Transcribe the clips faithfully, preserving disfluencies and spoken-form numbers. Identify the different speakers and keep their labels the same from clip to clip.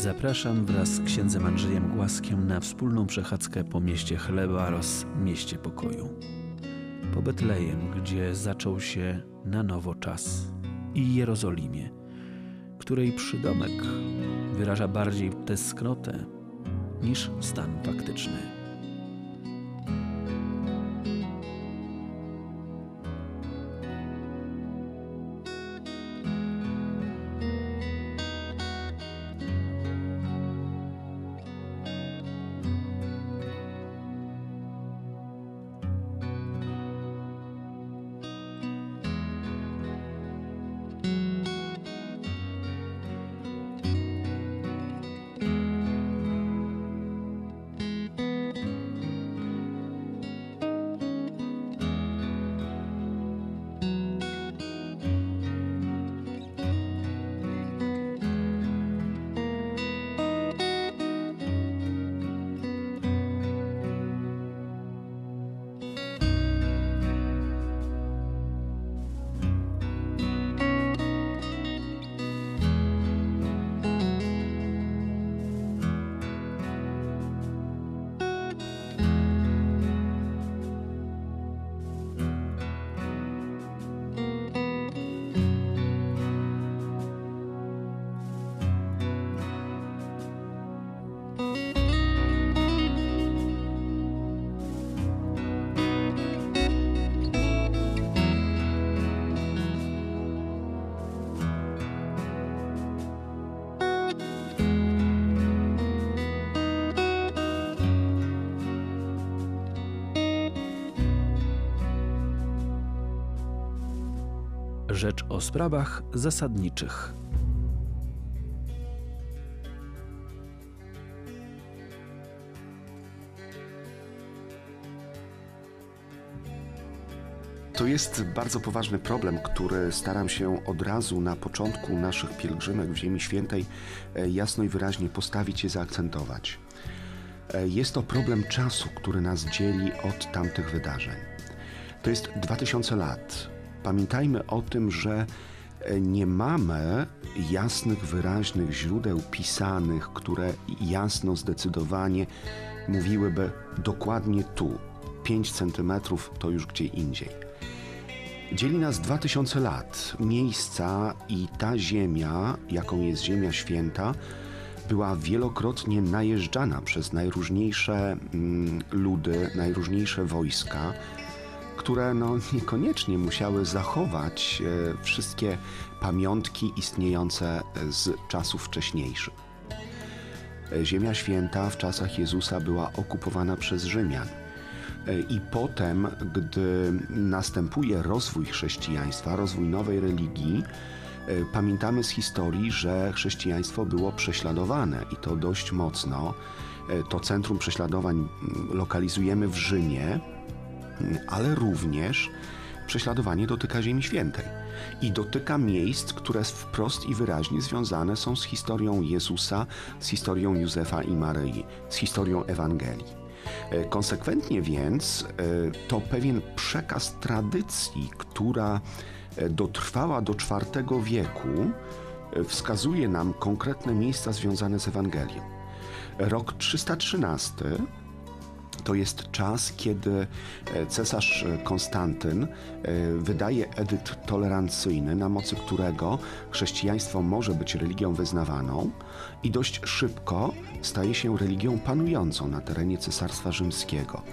Speaker 1: Zapraszam wraz z księdzem Andrzejem Głaskiem na wspólną przechadzkę po mieście chleba oraz mieście pokoju. Po Betlejem, gdzie zaczął się na nowo czas, i Jerozolimie, której przydomek wyraża bardziej tęsknotę niż stan faktyczny. Rzecz o sprawach zasadniczych.
Speaker 2: To jest bardzo poważny problem, który staram się od razu na początku naszych pielgrzymek w Ziemi Świętej jasno i wyraźnie postawić i zaakcentować. Jest to problem czasu, który nas dzieli od tamtych wydarzeń. To jest dwa tysiące lat. Pamiętajmy o tym, że nie mamy jasnych, wyraźnych źródeł pisanych, które jasno, zdecydowanie mówiłyby dokładnie tu, pięć centymetrów to już gdzie indziej. Dzieli nas dwa tysiące lat. Miejsca i ta ziemia, jaką jest Ziemia Święta, była wielokrotnie najeżdżana przez najróżniejsze mm, ludy, najróżniejsze wojska, które no, niekoniecznie musiały zachować e, wszystkie pamiątki istniejące z czasów wcześniejszych. Ziemia Święta w czasach Jezusa była okupowana przez Rzymian. E, I potem, gdy następuje rozwój chrześcijaństwa, rozwój nowej religii, e, pamiętamy z historii, że chrześcijaństwo było prześladowane i to dość mocno. E, to centrum prześladowań lokalizujemy w Rzymie, ale również prześladowanie dotyka Ziemi Świętej i dotyka miejsc, które wprost i wyraźnie związane są z historią Jezusa, z historią Józefa i Maryi, z historią Ewangelii. Konsekwentnie więc to pewien przekaz tradycji, która dotrwała do czwartego wieku, wskazuje nam konkretne miejsca związane z Ewangelią. Rok trzysta trzynasty to jest czas, kiedy cesarz Konstantyn wydaje edykt tolerancyjny, na mocy którego chrześcijaństwo może być religią wyznawaną i dość szybko staje się religią panującą na terenie Cesarstwa Rzymskiego.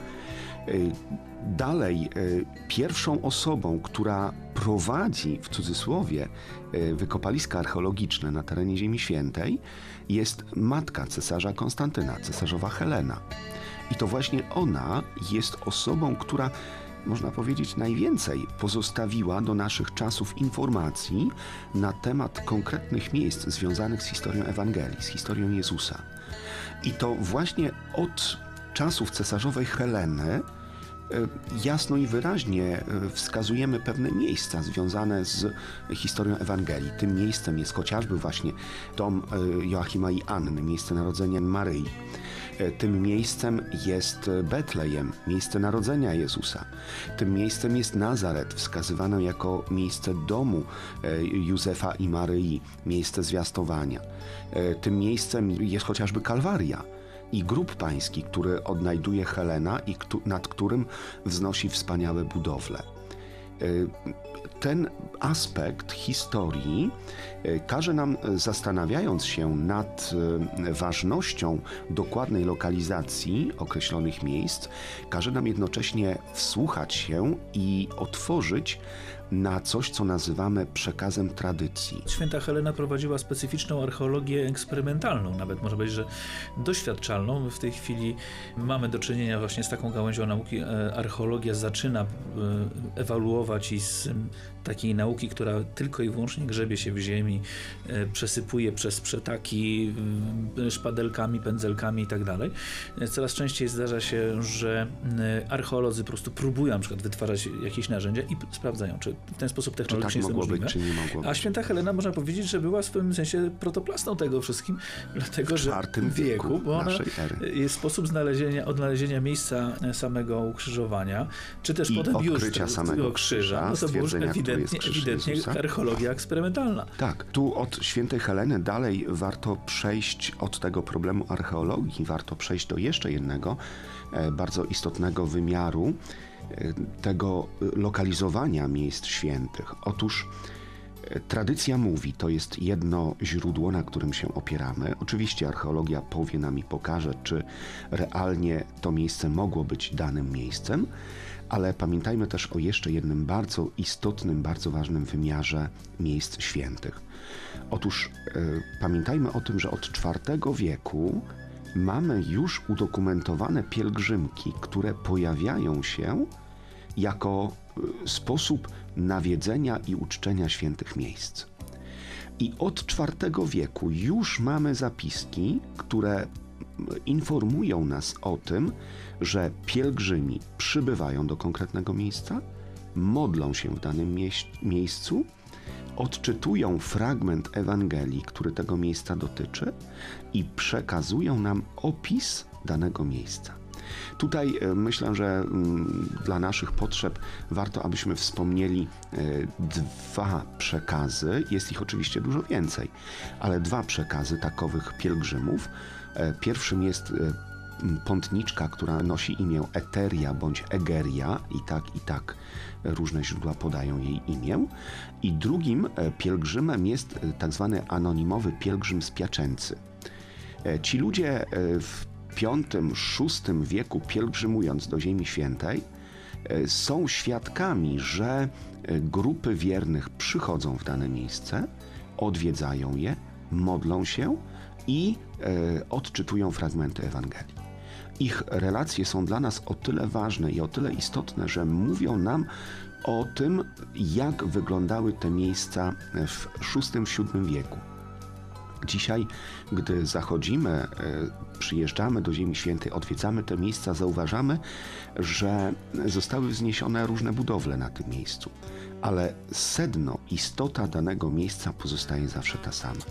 Speaker 2: Dalej, pierwszą osobą, która prowadzi, w cudzysłowie, wykopaliska archeologiczne na terenie Ziemi Świętej, jest matka cesarza Konstantyna, cesarzowa Helena. I to właśnie ona jest osobą, która, można powiedzieć, najwięcej pozostawiła do naszych czasów informacji na temat konkretnych miejsc związanych z historią Ewangelii, z historią Jezusa. I to właśnie od czasów cesarzowej Heleny jasno i wyraźnie wskazujemy pewne miejsca związane z historią Ewangelii. Tym miejscem jest chociażby właśnie dom Joachima i Anny, miejsce narodzenia Maryi. Tym miejscem jest Betlejem, miejsce narodzenia Jezusa. Tym miejscem jest Nazaret, wskazywane jako miejsce domu Józefa i Maryi, miejsce zwiastowania. Tym miejscem jest chociażby Kalwaria i grób pański, który odnajduje Helena i nad którym wznosi wspaniałe budowle. Ten aspekt historii każe nam, zastanawiając się nad ważnością dokładnej lokalizacji określonych miejsc, każe nam jednocześnie wsłuchać się i otworzyć na coś, co nazywamy przekazem tradycji.
Speaker 1: Święta Helena prowadziła specyficzną archeologię eksperymentalną, nawet można powiedzieć, że doświadczalną. My w tej chwili mamy do czynienia właśnie z taką gałęzią nauki. Archeologia zaczyna ewaluować i z takiej nauki, która tylko i wyłącznie grzebie się w ziemi, przesypuje przez przetaki szpadelkami, pędzelkami i tak dalej. Coraz częściej zdarza się, że archeolodzy po prostu próbują na przykład wytwarzać jakieś narzędzia i sprawdzają, czy w ten sposób technologicznie
Speaker 2: tak
Speaker 1: jest
Speaker 2: mogło
Speaker 1: możliwe.
Speaker 2: Być, czy nie mogło być.
Speaker 1: A święta Helena, można powiedzieć, że była w pewnym sensie protoplastą tego wszystkim, dlatego
Speaker 2: w
Speaker 1: że
Speaker 2: czwartym
Speaker 1: w wieku, bo ona
Speaker 2: ery.
Speaker 1: jest sposób znalezienia, odnalezienia miejsca samego ukrzyżowania, czy też
Speaker 2: I
Speaker 1: potem już
Speaker 2: odkrycia samego krzyża,
Speaker 1: no to było już
Speaker 2: stwierdzenia, który jest
Speaker 1: ewidentnie,
Speaker 2: krzyż
Speaker 1: ewidentnie
Speaker 2: Jezusa.
Speaker 1: archeologia eksperymentalna.
Speaker 2: Tak, tu od świętej Heleny dalej warto przejść od tego problemu archeologii, warto przejść do jeszcze jednego e, bardzo istotnego wymiaru e, tego lokalizowania miejsc świętych. Otóż e, tradycja mówi, to jest jedno źródło, na którym się opieramy. Oczywiście archeologia powie nam i pokaże, czy realnie to miejsce mogło być danym miejscem, ale pamiętajmy też o jeszcze jednym bardzo istotnym, bardzo ważnym wymiarze miejsc świętych. Otóż y, pamiętajmy o tym, że od czwartego wieku mamy już udokumentowane pielgrzymki, które pojawiają się jako y, sposób nawiedzenia i uczczenia świętych miejsc. I od czwartego wieku już mamy zapiski, które informują nas o tym, że pielgrzymi przybywają do konkretnego miejsca, modlą się w danym mieś- miejscu, odczytują fragment Ewangelii, który tego miejsca dotyczy i przekazują nam opis danego miejsca. Tutaj e, myślę, że m, dla naszych potrzeb warto, abyśmy wspomnieli e, dwa przekazy. Jest ich oczywiście dużo więcej, ale dwa przekazy takowych pielgrzymów. E, pierwszym jest e, pątniczka, która nosi imię Eteria bądź Egeria, i tak, i tak różne źródła podają jej imię. I drugim e, pielgrzymem jest e, tak zwany anonimowy pielgrzym z Piacency. E, ci ludzie e, w piątym, szóstym wieku, pielgrzymując do Ziemi Świętej, są świadkami, że grupy wiernych przychodzą w dane miejsce, odwiedzają je, modlą się i e, odczytują fragmenty Ewangelii. Ich relacje są dla nas o tyle ważne i o tyle istotne, że mówią nam o tym, jak wyglądały te miejsca w szóstym, siódmym wieku. Dzisiaj, gdy zachodzimy, przyjeżdżamy do Ziemi Świętej, odwiedzamy te miejsca, zauważamy, że zostały wzniesione różne budowle na tym miejscu. Ale sedno, istota danego miejsca pozostaje zawsze ta sama.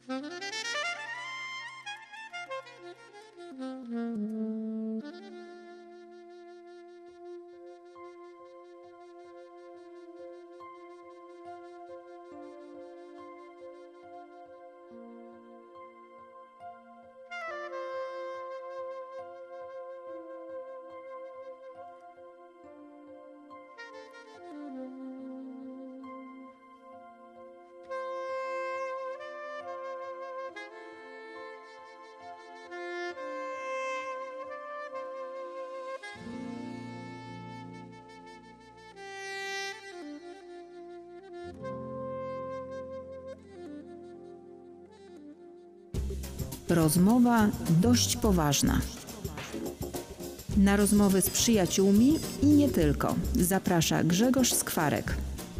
Speaker 3: Rozmowa dość poważna. Na rozmowy z przyjaciółmi i nie tylko zaprasza Grzegorz Skwarek.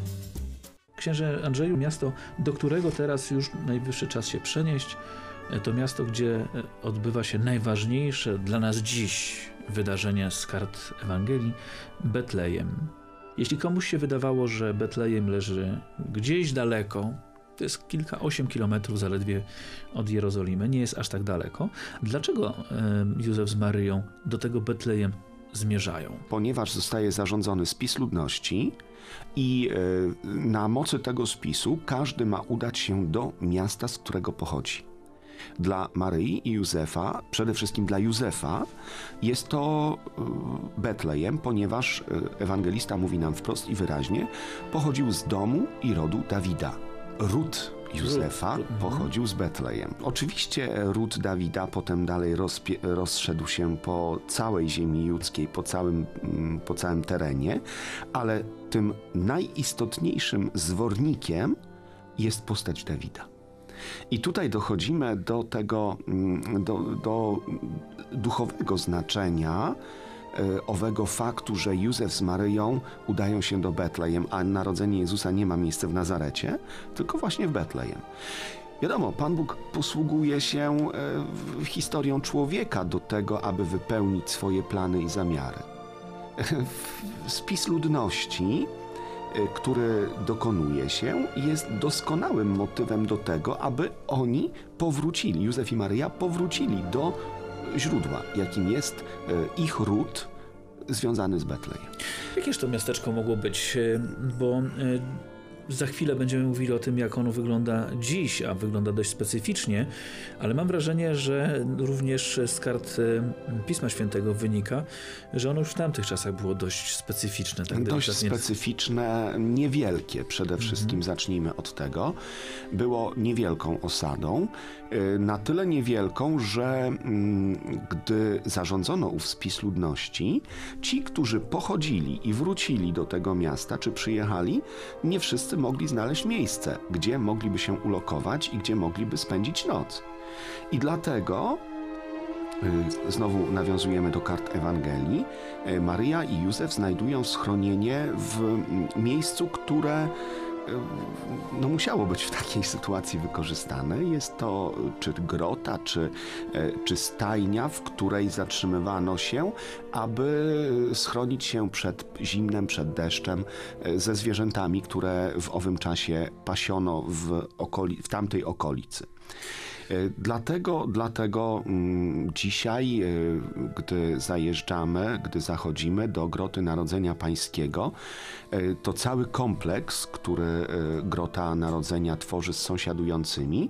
Speaker 1: Księże Andrzeju, miasto, do którego teraz już najwyższy czas się przenieść, to miasto, gdzie odbywa się najważniejsze dla nas dziś wydarzenie z kart Ewangelii, Betlejem. Jeśli komuś się wydawało, że Betlejem leży gdzieś daleko, to jest kilka, osiem kilometrów zaledwie od Jerozolimy, nie jest aż tak daleko. Dlaczego Józef z Maryją do tego Betlejem zmierzają?
Speaker 2: Ponieważ zostaje zarządzony spis ludności i na mocy tego spisu każdy ma udać się do miasta, z którego pochodzi. Dla Maryi i Józefa, przede wszystkim dla Józefa, jest to Betlejem, ponieważ ewangelista mówi nam wprost i wyraźnie, pochodził z domu i rodu Dawida. Ród Józefa pochodził z Betlejem. Oczywiście ród Dawida potem dalej rozpie- rozszedł się po całej ziemi judzkiej, po całym, po całym terenie, ale tym najistotniejszym zwornikiem jest postać Dawida. I tutaj dochodzimy do tego, do, do duchowego znaczenia owego faktu, że Józef z Maryją udają się do Betlejem, a narodzenie Jezusa nie ma miejsca w Nazarecie, tylko właśnie w Betlejem. Wiadomo, Pan Bóg posługuje się historią człowieka do tego, aby wypełnić swoje plany i zamiary. Spis ludności, który dokonuje się, jest doskonałym motywem do tego, aby oni powrócili, Józef i Maryja powrócili do źródła, jakim jest ich ród związany z Betlejem.
Speaker 1: Jakież to miasteczko mogło być? Bo za chwilę będziemy mówili o tym, jak ono wygląda dziś, a wygląda dość specyficznie, ale mam wrażenie, że również z kart Pisma Świętego wynika, że ono już w tamtych czasach było dość specyficzne. Tak
Speaker 2: dość specyficzne, niewielkie przede wszystkim, mhm. Zacznijmy od tego. Było niewielką osadą, na tyle niewielką, że gdy zarządzono ów spis ludności, ci, którzy pochodzili i wrócili do tego miasta, czy przyjechali, nie wszyscy mogli znaleźć miejsce, gdzie mogliby się ulokować i gdzie mogliby spędzić noc. I dlatego, znowu nawiązujemy do kart Ewangelii, Maryja i Józef znajdują schronienie w miejscu, które no, musiało być w takiej sytuacji wykorzystane. Jest to czy grota, czy, czy stajnia, w której zatrzymywano się, aby schronić się przed zimnem, przed deszczem, ze zwierzętami, które w owym czasie pasiono w, okoli- w tamtej okolicy. Dlatego, dlatego dzisiaj, gdy zajeżdżamy, gdy zachodzimy do Groty Narodzenia Pańskiego, to cały kompleks, który Grota Narodzenia tworzy z sąsiadującymi,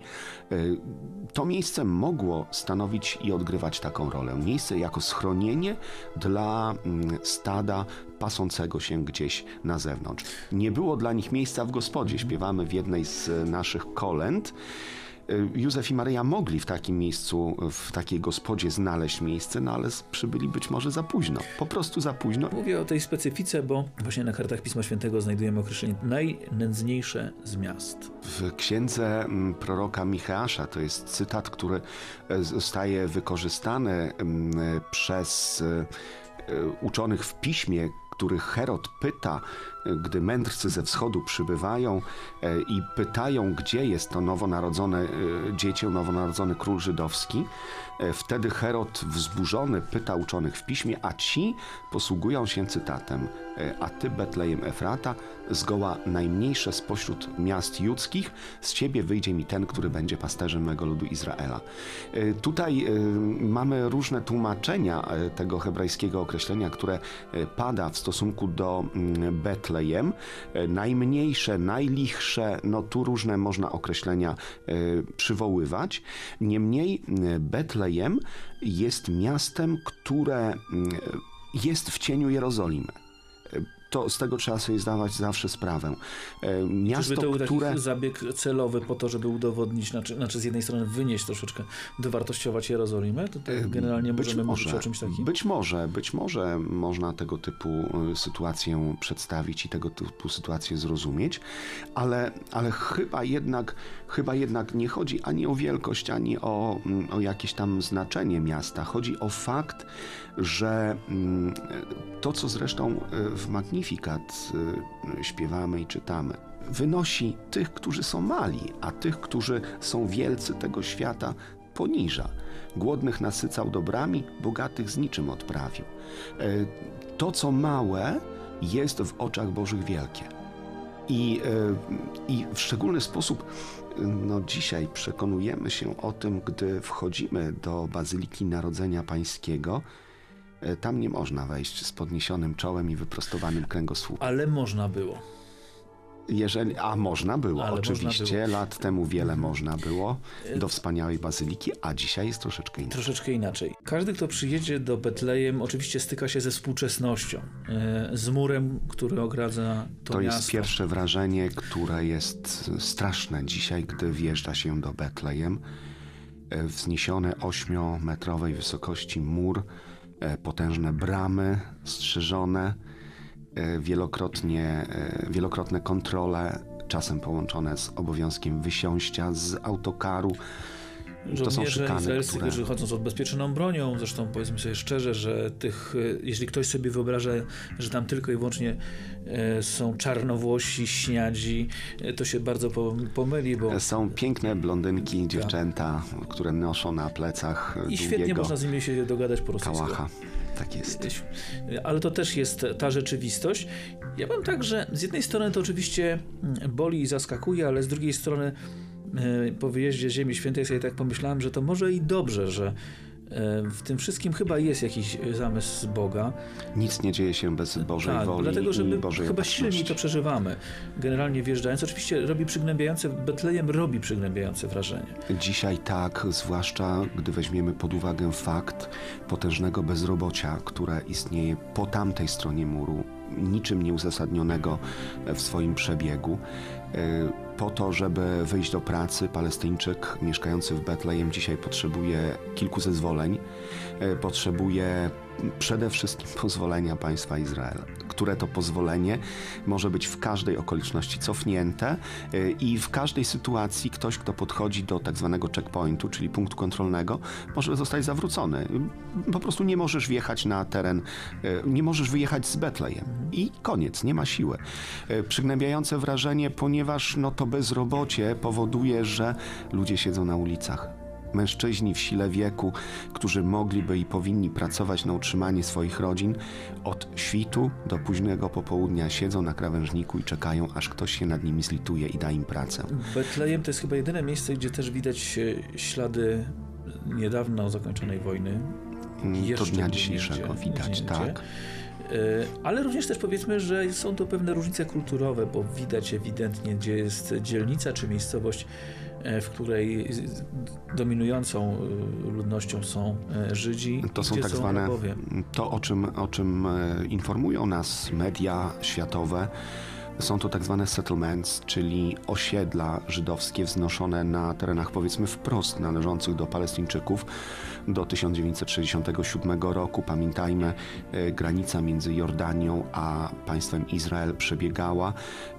Speaker 2: to miejsce mogło stanowić i odgrywać taką rolę. Miejsce jako schronienie dla stada pasącego się gdzieś na zewnątrz. Nie było dla nich miejsca w gospodzie. Śpiewamy w jednej z naszych kolęd. Józef i Maryja mogli w takim miejscu, w takiej gospodzie znaleźć miejsce, no ale przybyli być może za późno. Po prostu za późno.
Speaker 1: Mówię o tej specyfice, bo właśnie na kartach Pisma Świętego znajdujemy określenie najnędzniejsze z miast.
Speaker 2: W księdze proroka Micheasza, to jest cytat, który zostaje wykorzystany przez uczonych w piśmie, których Herod pyta, gdy mędrcy ze wschodu przybywają i pytają, gdzie jest to nowonarodzone dziecię, nowonarodzony król żydowski, Wtedy Herod wzburzony pyta uczonych w piśmie, a ci posługują się cytatem: a ty, Betlejem Efrata, zgoła najmniejsze spośród miast judzkich, z ciebie wyjdzie mi ten, który będzie pasterzem mego ludu Izraela. Tutaj mamy różne tłumaczenia tego hebrajskiego określenia, które pada w stosunku do Betlejem. Najmniejsze, najlichsze, no tu różne można określenia przywoływać. Niemniej Betlejem jest miastem, które jest w cieniu Jerozolimy. To z tego trzeba sobie zdawać zawsze sprawę. Miasto,
Speaker 4: Czyżby to był
Speaker 2: które...
Speaker 4: taki zabieg celowy po to, żeby udowodnić, znaczy, znaczy z jednej strony wynieść troszeczkę, dowartościować Jerozolimę? To generalnie
Speaker 2: być
Speaker 4: możemy
Speaker 2: może,
Speaker 4: mówić o czymś takim?
Speaker 2: Być może, być może można tego typu sytuację przedstawić i tego typu sytuację zrozumieć, ale, ale chyba jednak, chyba jednak nie chodzi ani o wielkość, ani o, o jakieś tam znaczenie miasta. Chodzi o fakt, że to, co zresztą w Magnificat śpiewamy i czytamy, wynosi tych, którzy są mali, a tych, którzy są wielcy tego świata, poniża. Głodnych nasycał dobrami, bogatych z niczym odprawił. To, co małe, jest w oczach Bożych wielkie. I, i w szczególny sposób no, dzisiaj przekonujemy się o tym, gdy wchodzimy do Bazyliki Narodzenia Pańskiego. Tam nie można wejść z podniesionym czołem i wyprostowanym kręgosłupem.
Speaker 4: Ale można było.
Speaker 2: Jeżeli, a można było,
Speaker 4: Ale
Speaker 2: oczywiście.
Speaker 4: można było.
Speaker 2: Lat temu wiele można było do wspaniałej bazyliki, a dzisiaj jest troszeczkę inaczej.
Speaker 4: Troszeczkę inaczej. Każdy, kto przyjedzie do Betlejem, oczywiście styka się ze współczesnością. Z murem, który ogradza to,
Speaker 2: to
Speaker 4: miasto.
Speaker 2: jest pierwsze wrażenie, które jest straszne dzisiaj, gdy wjeżdża się do Betlejem. Wzniesiony ośmiometrowej wysokości mur, potężne bramy strzeżone, wielokrotnie, wielokrotne kontrole, czasem połączone z obowiązkiem wysiąścia z autokaru. To są szykany,
Speaker 4: izraelscy,
Speaker 2: które...
Speaker 4: którzy chodzą z odbezpieczoną bronią, zresztą powiedzmy sobie szczerze, że tych, jeśli ktoś sobie wyobraża, że tam tylko i wyłącznie są czarnowłosi, śniadzi, to się bardzo pomyli, bo...
Speaker 2: Są piękne blondynki, dziewczęta, które noszą na plecach
Speaker 4: I
Speaker 2: długiego
Speaker 4: świetnie można z nimi się dogadać po rosyjsku.
Speaker 2: kałacha. Tak jest.
Speaker 4: Ale to też jest ta rzeczywistość. Ja powiem tak, że z jednej strony to oczywiście boli i zaskakuje, ale z drugiej strony po wyjeździe Ziemi Świętej sobie tak pomyślałem, że to może i dobrze, że w tym wszystkim chyba jest jakiś zamysł z Boga.
Speaker 2: Nic nie dzieje się bez Bożej
Speaker 4: tak,
Speaker 2: woli
Speaker 4: dlatego, że
Speaker 2: i
Speaker 4: my
Speaker 2: Bożej
Speaker 4: chyba
Speaker 2: opatrzności.
Speaker 4: silniej to przeżywamy. Generalnie wjeżdżając, oczywiście robi przygnębiające, Betlejem robi przygnębiające wrażenie.
Speaker 2: Dzisiaj tak, zwłaszcza gdy weźmiemy pod uwagę fakt potężnego bezrobocia, które istnieje po tamtej stronie muru, niczym nieuzasadnionego w swoim przebiegu. Po to, żeby wyjść do pracy, Palestyńczyk mieszkający w Betlejem dzisiaj potrzebuje kilku zezwoleń. Potrzebuje przede wszystkim pozwolenia państwa Izrael, które to pozwolenie może być w każdej okoliczności cofnięte i w każdej sytuacji ktoś, kto podchodzi do tak zwanego checkpointu, czyli punktu kontrolnego, może zostać zawrócony. Po prostu nie możesz wjechać na teren, nie możesz wyjechać z Betlejem i koniec, nie ma siły. Przygnębiające wrażenie, ponieważ no to bezrobocie powoduje, że ludzie siedzą na ulicach. Mężczyźni w sile wieku, którzy mogliby i powinni pracować na utrzymanie swoich rodzin, od świtu do późnego popołudnia siedzą na krawężniku i czekają, aż ktoś się nad nimi zlituje i da im pracę.
Speaker 4: Betlejem to jest chyba jedyne miejsce, gdzie też widać ślady niedawno zakończonej wojny.
Speaker 2: Do dnia dzisiejszego widać, tak.
Speaker 4: Ale również też powiedzmy, że są to pewne różnice kulturowe, bo widać ewidentnie, gdzie jest dzielnica czy miejscowość, w której dominującą ludnością są Żydzi.
Speaker 2: To są tak
Speaker 4: są
Speaker 2: zwane,
Speaker 4: Arabowie.
Speaker 2: to o czym, o czym informują nas media światowe, są to tak zwane settlements, czyli osiedla żydowskie wznoszone na terenach powiedzmy wprost należących do Palestyńczyków. Do tysiąc dziewięćset sześćdziesiątego siódmego roku, pamiętajmy, granica między Jordanią a państwem Izrael przebiegała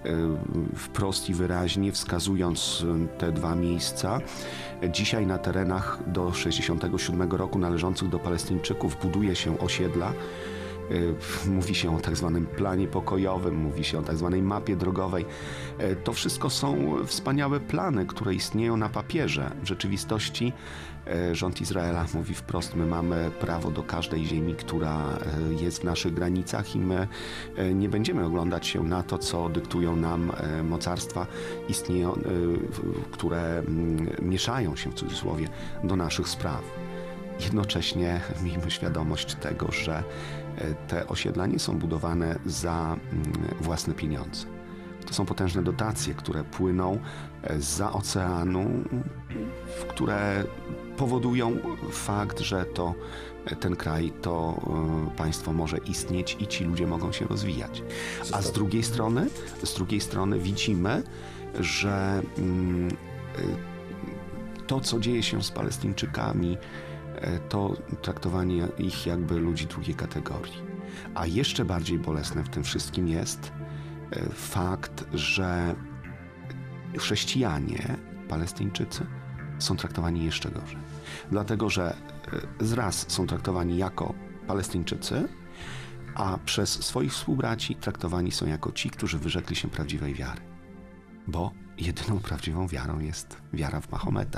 Speaker 2: wprost i wyraźnie, wskazując te dwa miejsca. Dzisiaj na terenach do sześćdziesiątego siódmego roku należących do Palestyńczyków buduje się osiedla, Mówi się o tak zwanym planie pokojowym, mówi się o tak zwanej mapie drogowej. To wszystko są wspaniałe plany, które istnieją na papierze. W rzeczywistości rząd Izraela mówi wprost, my mamy prawo do każdej ziemi, która jest w naszych granicach i my nie będziemy oglądać się na to, co dyktują nam mocarstwa, istnieją, które mieszają się w cudzysłowie do naszych spraw. Jednocześnie miejmy świadomość tego, że te osiedla nie są budowane za własne pieniądze. To są potężne dotacje, które płyną zza oceanu, które powodują fakt, że to ten kraj, to państwo może istnieć i ci ludzie mogą się rozwijać. A z drugiej strony, z drugiej strony widzimy, że to, co dzieje się z Palestyńczykami, to traktowanie ich jakby ludzi drugiej kategorii. A jeszcze bardziej bolesne w tym wszystkim jest fakt, że chrześcijanie, Palestyńczycy są traktowani jeszcze gorzej. Dlatego, że z raz są traktowani jako Palestyńczycy, a przez swoich współbraci traktowani są jako ci, którzy wyrzekli się prawdziwej wiary. Bo jedyną prawdziwą wiarą jest wiara w Mahometa.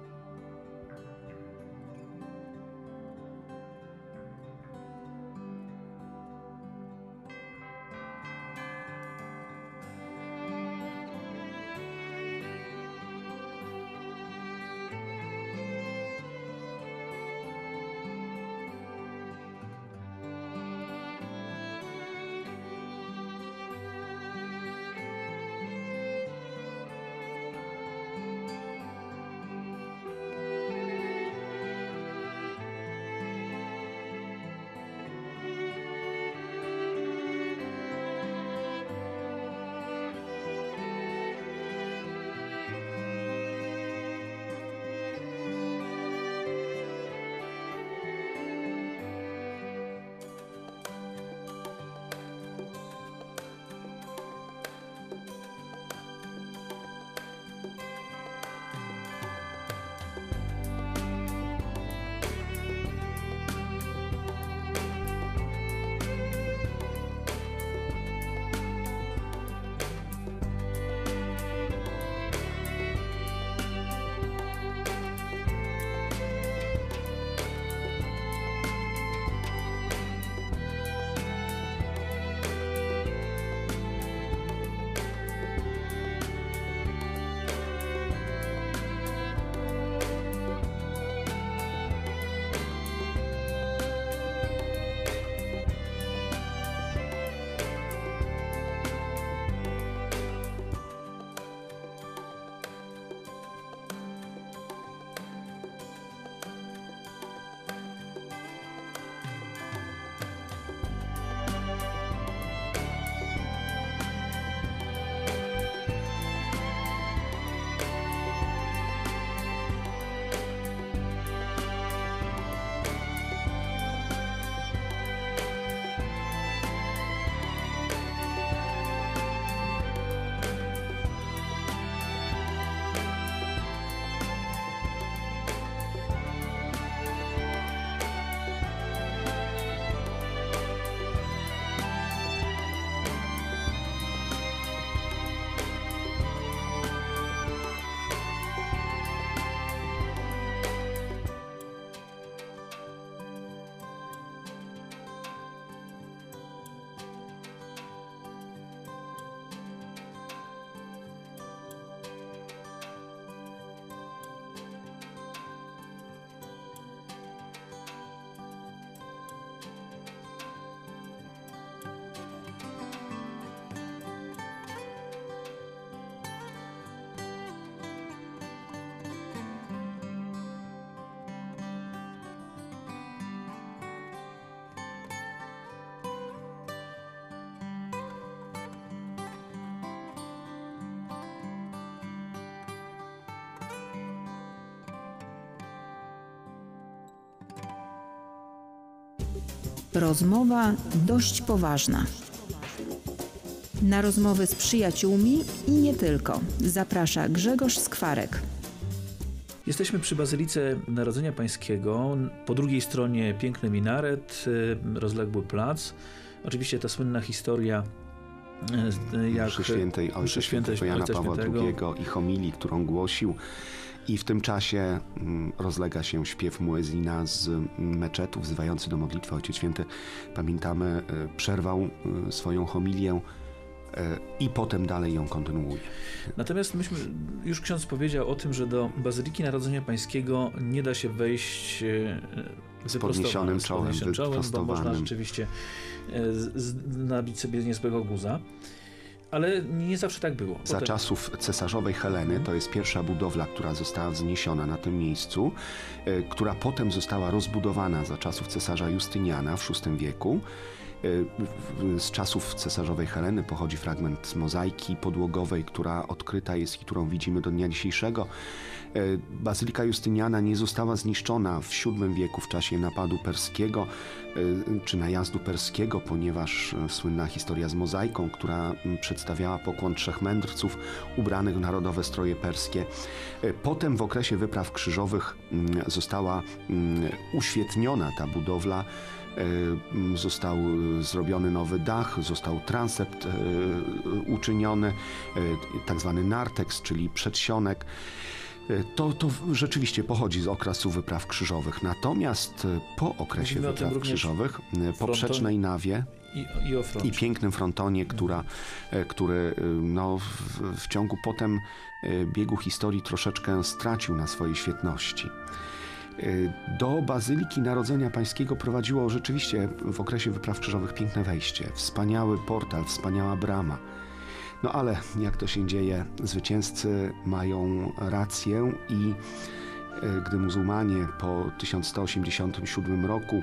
Speaker 3: Rozmowa dość poważna. Na rozmowy z przyjaciółmi i nie tylko zaprasza Grzegorz Skwarek.
Speaker 4: Jesteśmy przy Bazylice Narodzenia Pańskiego. Po drugiej stronie piękny minaret, rozległy plac. Oczywiście ta słynna historia jak
Speaker 2: mszy świętej Ojca Świętego Jana Pawła drugiego i homilii, którą głosił. I w tym czasie rozlega się śpiew muezina z meczetu wzywający do modlitwy. Ojciec Święty, pamiętamy, przerwał swoją homilię i potem dalej ją kontynuuje.
Speaker 4: Natomiast myśmy, już ksiądz powiedział o tym, że do Bazyliki Narodzenia Pańskiego nie da się wejść
Speaker 2: z podniesionym czołem,
Speaker 4: z czołem bo można rzeczywiście nabić sobie niezłego guza. Ale nie zawsze tak było.
Speaker 2: Za
Speaker 4: Potem...
Speaker 2: czasów cesarzowej Heleny, to jest pierwsza budowla, która została wzniesiona na tym miejscu, y, która potem została rozbudowana za czasów cesarza Justyniana w szóstym wieku. Z czasów cesarzowej Heleny pochodzi fragment mozaiki podłogowej, która odkryta jest i którą widzimy do dnia dzisiejszego. Bazylika Justyniana nie została zniszczona w siódmym wieku w czasie napadu perskiego czy najazdu perskiego, ponieważ słynna historia z mozaiką, która przedstawiała pokłon trzech mędrców ubranych w narodowe stroje perskie. Potem w okresie wypraw krzyżowych została uświetniona ta budowla. Został zrobiony nowy dach, został transept uczyniony, tak zwany narteks, czyli przedsionek. To, to rzeczywiście pochodzi z okresu wypraw krzyżowych. Natomiast po okresie
Speaker 4: Mówimy
Speaker 2: wypraw krzyżowych, po Przecznej Nawie
Speaker 4: i, i, o
Speaker 2: i pięknym frontonie, która, który no, w, w ciągu potem biegu historii troszeczkę stracił na swojej świetności. Do Bazyliki Narodzenia Pańskiego prowadziło rzeczywiście w okresie wypraw krzyżowych piękne wejście, wspaniały portal, wspaniała brama. No ale jak to się dzieje, zwycięzcy mają rację i gdy muzułmanie po tysiąc sto osiemdziesiątym siódmym roku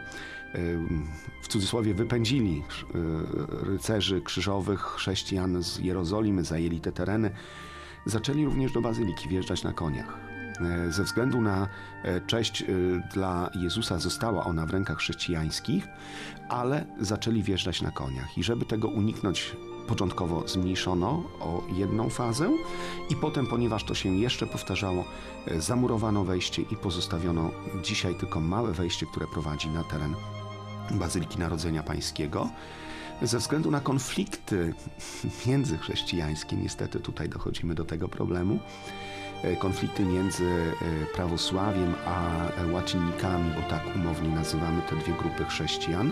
Speaker 2: w cudzysłowie wypędzili rycerzy krzyżowych, chrześcijan z Jerozolimy, zajęli te tereny, zaczęli również do Bazyliki wjeżdżać na koniach. Ze względu na cześć dla Jezusa została ona w rękach chrześcijańskich, ale zaczęli wjeżdżać na koniach. I żeby tego uniknąć, początkowo zmniejszono o jedną fazę i potem, ponieważ to się jeszcze powtarzało, zamurowano wejście i pozostawiono dzisiaj tylko małe wejście, które prowadzi na teren Bazyliki Narodzenia Pańskiego. Ze względu na konflikty międzychrześcijańskie, niestety tutaj dochodzimy do tego problemu, konflikty między prawosławiem a łacinnikami, bo tak umownie nazywamy te dwie grupy chrześcijan,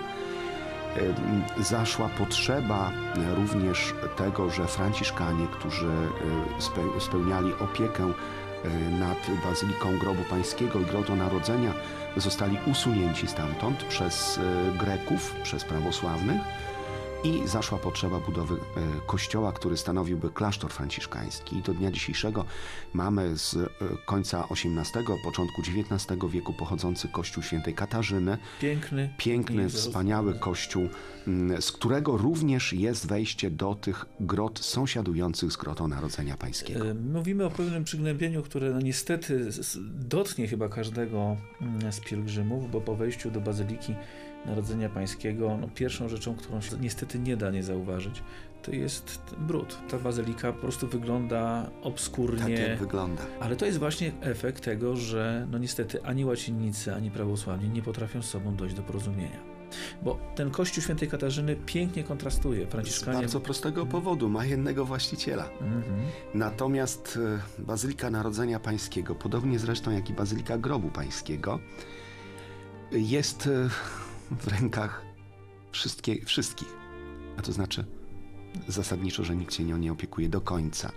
Speaker 2: zaszła potrzeba również tego, że Franciszkanie, którzy spełniali opiekę nad Bazyliką Grobu Pańskiego i Grotu Narodzenia, zostali usunięci stamtąd przez Greków, przez prawosławnych, i zaszła potrzeba budowy kościoła, który stanowiłby klasztor franciszkański. I do dnia dzisiejszego mamy z końca osiemnastego, początku dziewiętnastego wieku pochodzący kościół świętej Katarzyny.
Speaker 4: Piękny.
Speaker 2: Piękny, wspaniały kościół, z którego również jest wejście do tych grot sąsiadujących z Grotą Narodzenia Pańskiego.
Speaker 4: Mówimy o pewnym przygnębieniu, które no niestety dotknie chyba każdego z pielgrzymów, bo po wejściu do Bazyliki Narodzenia Pańskiego, no pierwszą rzeczą, którą się niestety nie da nie zauważyć, to jest brud. Ta bazylika po prostu wygląda obskurnie.
Speaker 2: Tak jak wygląda.
Speaker 4: Ale to jest właśnie efekt tego, że no niestety ani łacinnicy, ani prawosławni nie potrafią z sobą dojść do porozumienia. Bo ten kościół świętej Katarzyny pięknie kontrastuje. Franciszkanie...
Speaker 2: Z bardzo prostego powodu, ma jednego właściciela. Mhm. Natomiast Bazylika Narodzenia Pańskiego, podobnie zresztą jak i Bazylika Grobu Pańskiego, jest w rękach wszystkie, wszystkich. A to znaczy zasadniczo, że nikt się nią nie opiekuje do końca.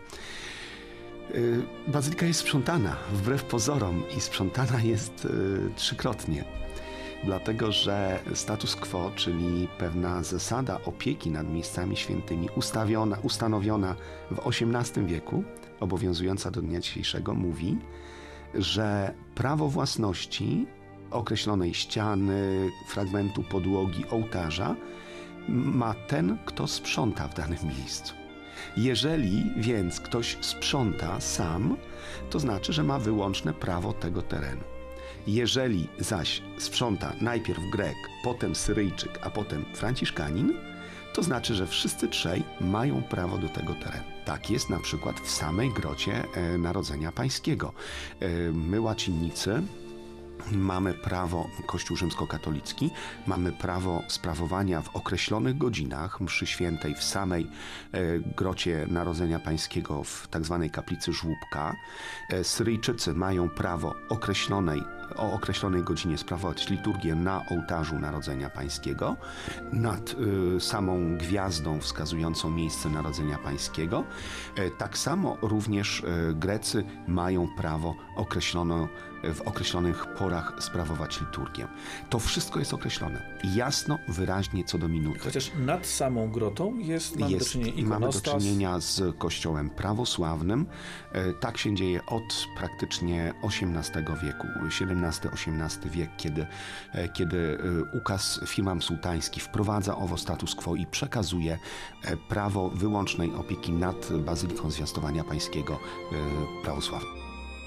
Speaker 2: Bazylika jest sprzątana, wbrew pozorom, i sprzątana jest trzykrotnie. Dlatego, że status quo, czyli pewna zasada opieki nad miejscami świętymi ustawiona, ustanowiona w osiemnastym wieku, obowiązująca do dnia dzisiejszego, mówi, że prawo własności określonej ściany, fragmentu podłogi, ołtarza ma ten, kto sprząta w danym miejscu. Jeżeli więc ktoś sprząta sam, to znaczy, że ma wyłączne prawo tego terenu. Jeżeli zaś sprząta najpierw Grek, potem Syryjczyk, a potem Franciszkanin, to znaczy, że wszyscy trzej mają prawo do tego terenu. Tak jest na przykład w samej grocie e, Narodzenia Pańskiego. E, my, łacinnicy, mamy prawo, Kościół rzymskokatolicki, mamy prawo sprawowania w określonych godzinach mszy świętej w samej e, grocie Narodzenia Pańskiego w tak zwanej kaplicy żłóbka. E, Syryjczycy mają prawo określonej, o określonej godzinie sprawować liturgię na ołtarzu Narodzenia Pańskiego, nad y, samą gwiazdą wskazującą miejsce Narodzenia Pańskiego. E, tak samo również e, Grecy mają prawo określono, w określonych porach sprawować liturgię. To wszystko jest określone jasno, wyraźnie co do minuty.
Speaker 4: Chociaż nad samą grotą jest, mamy,
Speaker 2: jest,
Speaker 4: do, czynienia
Speaker 2: mamy do
Speaker 4: ikonostas.
Speaker 2: czynienia z kościołem prawosławnym. E, tak się dzieje od praktycznie osiemnastego wieku, siedemnasty osiemnasty wiek, kiedy, e, kiedy e, ukaz Firman Sułtański wprowadza owo status quo i przekazuje e, prawo wyłącznej opieki nad Bazyliką Zwiastowania Pańskiego e, prawosławnym.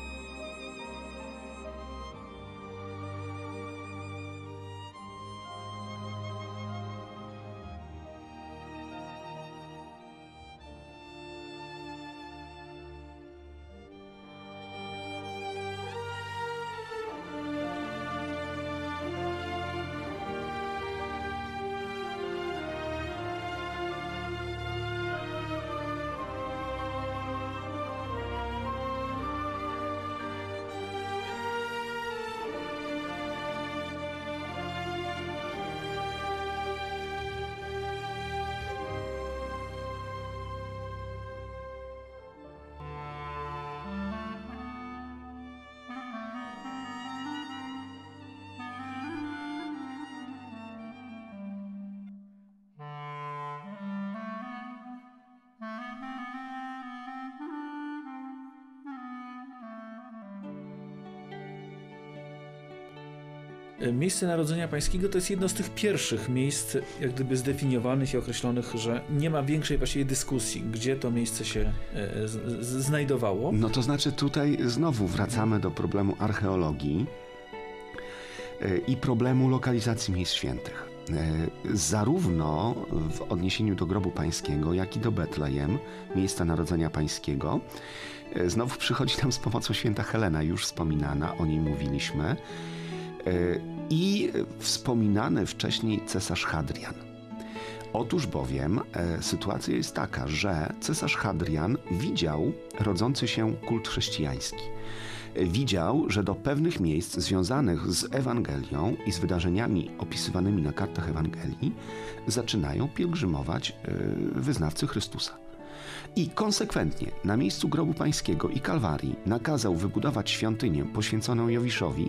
Speaker 4: Miejsce Narodzenia Pańskiego to jest jedno z tych pierwszych miejsc, jak gdyby zdefiniowanych i określonych, że nie ma większej właściwie dyskusji, gdzie to miejsce się e, z, z, znajdowało.
Speaker 2: No to znaczy tutaj znowu wracamy do problemu archeologii e, i problemu lokalizacji miejsc świętych. E, zarówno w odniesieniu do grobu pańskiego, jak i do Betlejem, miejsca Narodzenia Pańskiego, e, znowu przychodzi nam z pomocą święta Helena, już wspominana, o niej mówiliśmy, i wspominany wcześniej cesarz Hadrian. Otóż bowiem e, sytuacja jest taka, że cesarz Hadrian widział rodzący się kult chrześcijański. E, widział, że do pewnych miejsc związanych z Ewangelią i z wydarzeniami opisywanymi na kartach Ewangelii zaczynają pielgrzymować e, wyznawcy Chrystusa. I konsekwentnie na miejscu grobu pańskiego i Kalwarii nakazał wybudować świątynię poświęconą Jowiszowi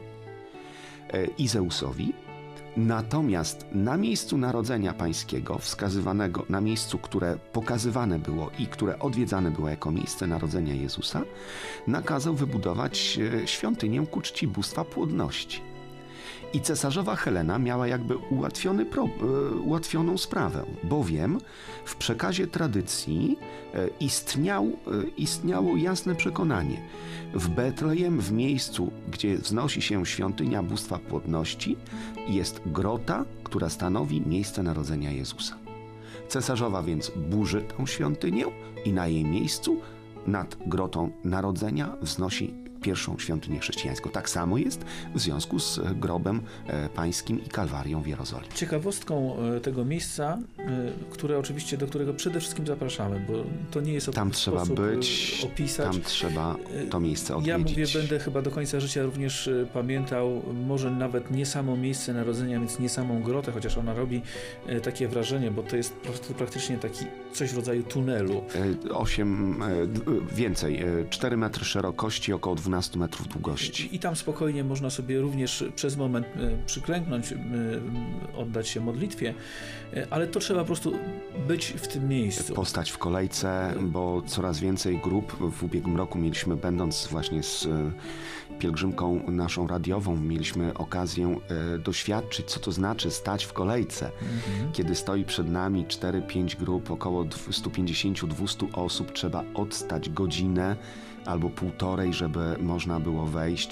Speaker 2: i Zeusowi, natomiast na miejscu Narodzenia Pańskiego, wskazywanego na miejscu, które pokazywane było i które odwiedzane było jako miejsce Narodzenia Jezusa, nakazał wybudować świątynię ku czci bóstwa płodności. I cesarzowa Helena miała jakby ułatwiony pro, ułatwioną sprawę, bowiem w przekazie tradycji istniał, istniało jasne przekonanie. W Betlejem, w miejscu, gdzie wznosi się świątynia bóstwa płodności, jest grota, która stanowi miejsce narodzenia Jezusa. Cesarzowa więc burzy tę świątynię i na jej miejscu nad grotą narodzenia wznosi pierwszą świątynię chrześcijańską. Tak samo jest w związku z grobem pańskim i Kalwarią w Jerozolimie.
Speaker 4: Ciekawostką tego miejsca, które oczywiście, do którego przede wszystkim zapraszamy, bo to nie jest
Speaker 2: tam trzeba być,
Speaker 4: opisać.
Speaker 2: Tam trzeba to miejsce odwiedzić.
Speaker 4: Ja mówię, będę chyba do końca życia również pamiętał, może nawet nie samo miejsce narodzenia, więc nie samą grotę, chociaż ona robi takie wrażenie, bo to jest praktycznie taki coś w rodzaju tunelu.
Speaker 2: Osiem, więcej, cztery metry szerokości, około dwanaście metrów długości.
Speaker 4: I, I tam spokojnie można sobie również przez moment e, przyklęknąć, e, oddać się modlitwie, e, ale to trzeba po prostu być w tym miejscu.
Speaker 2: Postać w kolejce, bo coraz więcej grup w ubiegłym roku mieliśmy, będąc właśnie z e, pielgrzymką naszą radiową, mieliśmy okazję e, doświadczyć, co to znaczy stać w kolejce. Mhm. Kiedy stoi przed nami cztery pięć grup, około sto pięćdziesiąt do dwustu osób, trzeba odstać godzinę albo półtorej, żeby można było wejść.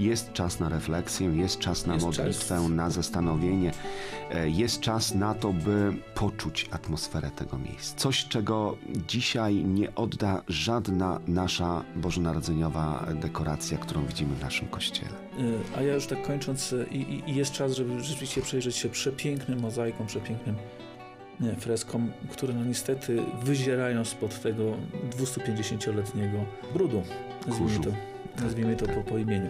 Speaker 2: Jest czas na refleksję, jest czas na
Speaker 4: Jest
Speaker 2: modlitwę,
Speaker 4: czas.
Speaker 2: na zastanowienie, e, jest czas na to, by poczuć atmosferę tego miejsca. Coś, czego dzisiaj nie odda żadna nasza bożonarodzeniowa dekoracja, którą widzimy w naszym kościele.
Speaker 4: Y, A ja już tak kończąc, y, i, i jest czas, żeby rzeczywiście przejrzeć się przepięknym mozaikom, przepięknym y, freskom, które no niestety wyzierają spod tego dwustupięćdziesięcioletniego brudu. Nazwijmy
Speaker 2: Kurzu.
Speaker 4: to, nazwijmy to po, po imieniu.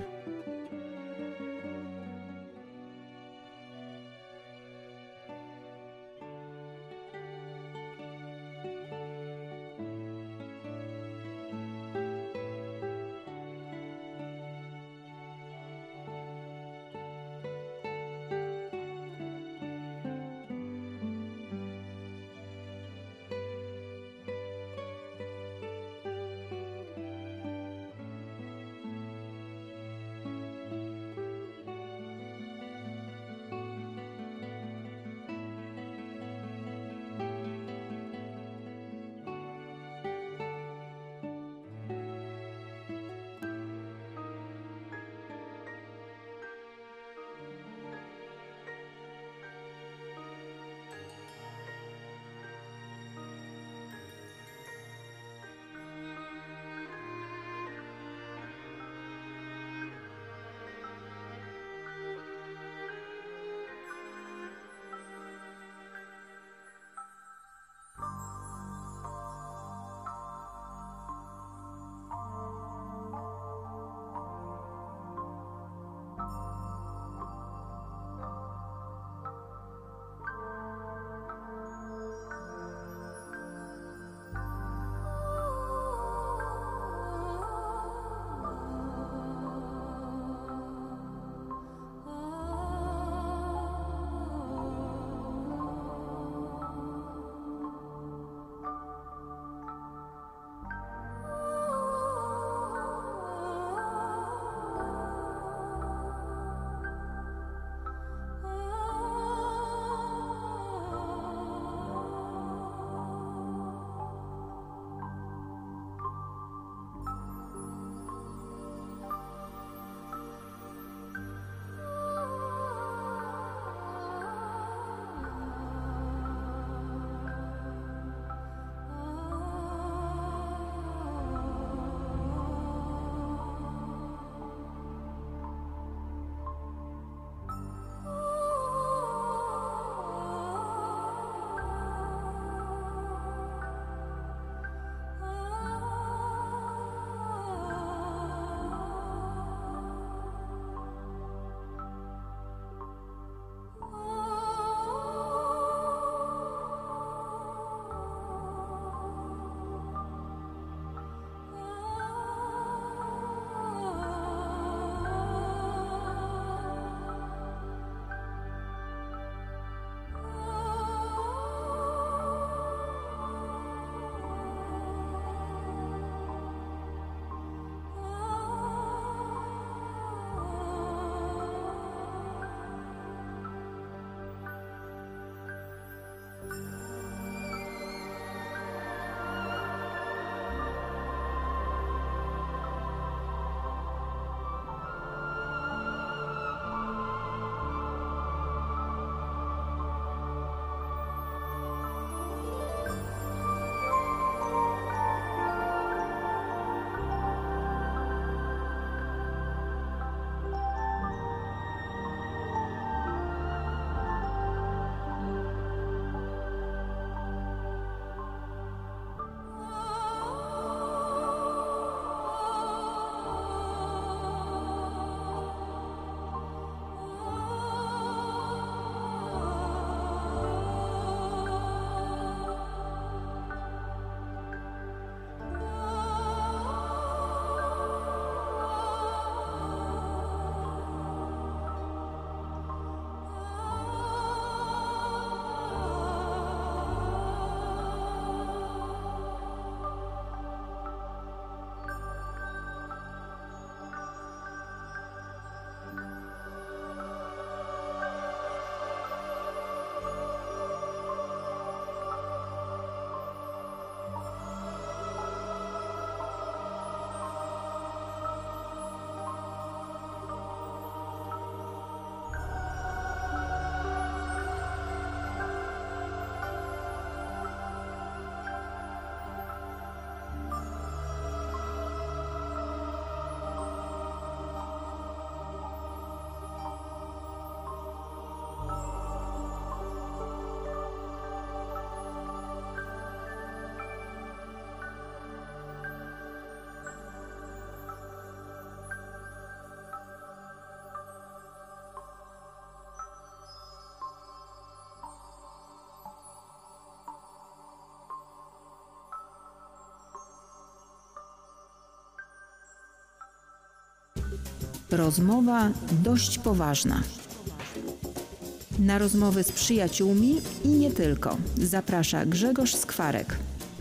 Speaker 3: Rozmowa dość poważna. Na rozmowy z przyjaciółmi i nie tylko zaprasza Grzegorz Skwarek.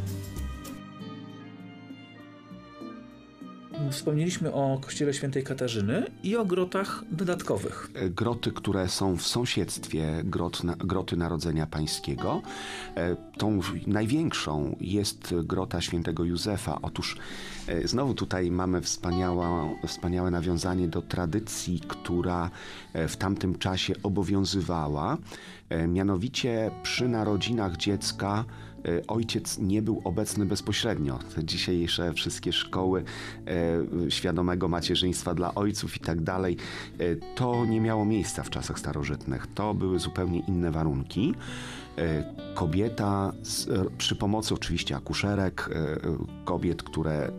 Speaker 4: Wspomnieliśmy o kościele świętej Katarzyny i o grotach dodatkowych.
Speaker 2: Groty, które są w sąsiedztwie grot, groty Narodzenia Pańskiego. Tą największą jest grota świętego Józefa. Otóż znowu tutaj mamy wspaniałe, wspaniałe nawiązanie do tradycji, która w tamtym czasie obowiązywała. Mianowicie przy narodzinach dziecka ojciec nie był obecny bezpośrednio. Te dzisiejsze wszystkie szkoły e, świadomego macierzyństwa dla ojców i tak dalej, e, to nie miało miejsca w czasach starożytnych. To były zupełnie inne warunki. E, kobieta z, e, przy pomocy oczywiście akuszerek, e, kobiet, które e,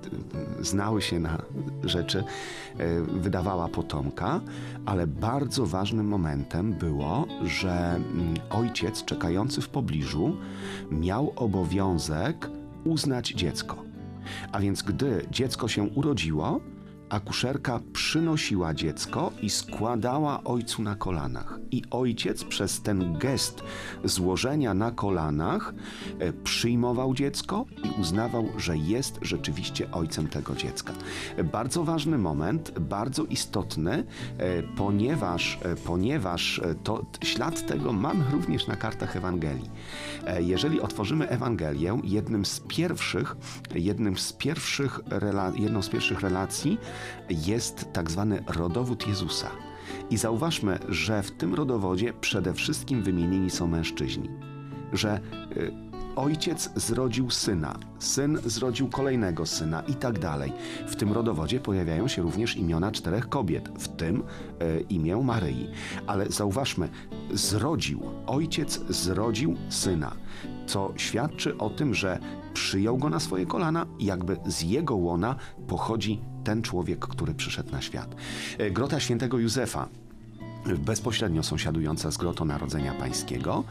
Speaker 2: znały się na rzeczy, e, wydawała potomka, ale bardzo ważnym momentem było, że m, ojciec czekający w pobliżu miał obowiązek uznać dziecko. A więc gdy dziecko się urodziło, akuszerka przynosiła dziecko i składała ojcu na kolanach. I ojciec przez ten gest złożenia na kolanach e, przyjmował dziecko i uznawał, że jest rzeczywiście ojcem tego dziecka. E, bardzo ważny moment, bardzo istotny, e, ponieważ, e, ponieważ to, ślad tego mamy również na kartach Ewangelii. E, jeżeli otworzymy Ewangelię, jednym z pierwszych, jednym z pierwszych rela- jedną z pierwszych relacji jest tak zwany rodowód Jezusa. I zauważmy, że w tym rodowodzie przede wszystkim wymienieni są mężczyźni. Że y, ojciec zrodził syna, syn zrodził kolejnego syna i tak dalej. W tym rodowodzie pojawiają się również imiona czterech kobiet, w tym y, imię Maryi. Ale zauważmy, zrodził, ojciec zrodził syna, co świadczy o tym, że przyjął go na swoje kolana i jakby z jego łona pochodzi ten człowiek, który przyszedł na świat. Grota świętego Józefa, bezpośrednio sąsiadująca z grotą Narodzenia Pańskiego,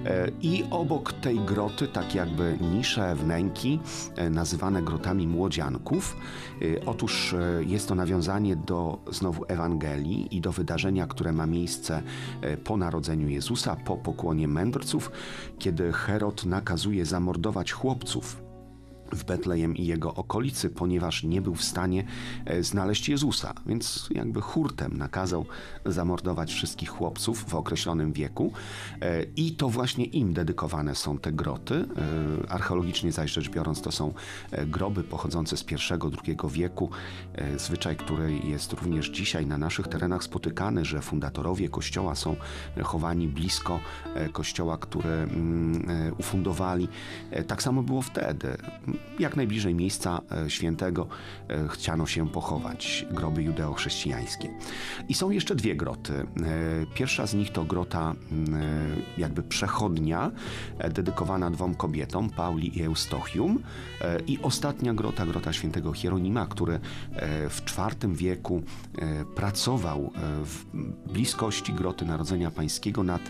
Speaker 2: i obok tej groty tak jakby nisze, wnęki nazywane grotami młodzianków. Otóż jest to nawiązanie do znowu Ewangelii i do wydarzenia, które ma miejsce po narodzeniu Jezusa, po pokłonie mędrców, kiedy Herod nakazuje zamordować chłopców w Betlejem i jego okolicy, ponieważ nie był w stanie znaleźć Jezusa. Więc jakby hurtem nakazał zamordować wszystkich chłopców w określonym wieku i to właśnie im dedykowane są te groty. Archeologicznie zaś rzecz biorąc, to są groby pochodzące z pierwszego, drugiego wieku. Zwyczaj, który jest również dzisiaj na naszych terenach spotykany, że fundatorowie kościoła są chowani blisko kościoła, który ufundowali. Tak samo było wtedy. Jak najbliżej miejsca świętego chciano się pochować, groby judeo-chrześcijańskie. I są jeszcze dwie groty. Pierwsza z nich to grota jakby przechodnia, dedykowana dwom kobietom, Pauli i Eustochium. I ostatnia grota, grota świętego Hieronima, który w czwartym wieku pracował w bliskości groty Narodzenia Pańskiego nad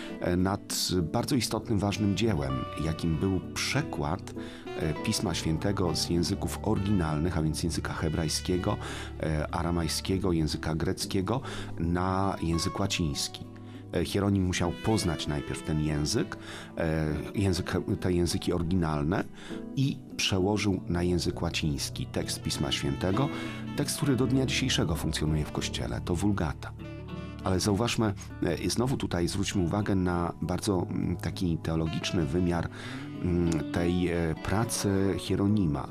Speaker 2: nad bardzo istotnym, ważnym dziełem, jakim był przekład Pisma Świętego z języków oryginalnych, a więc języka hebrajskiego, aramajskiego, języka greckiego na język łaciński. Hieronim musiał poznać najpierw ten język, język, te języki oryginalne i przełożył na język łaciński tekst Pisma Świętego, tekst, który do dnia dzisiejszego funkcjonuje w Kościele, to Vulgata. Ale zauważmy, znowu tutaj zwróćmy uwagę na bardzo taki teologiczny wymiar tej pracy Hieronima.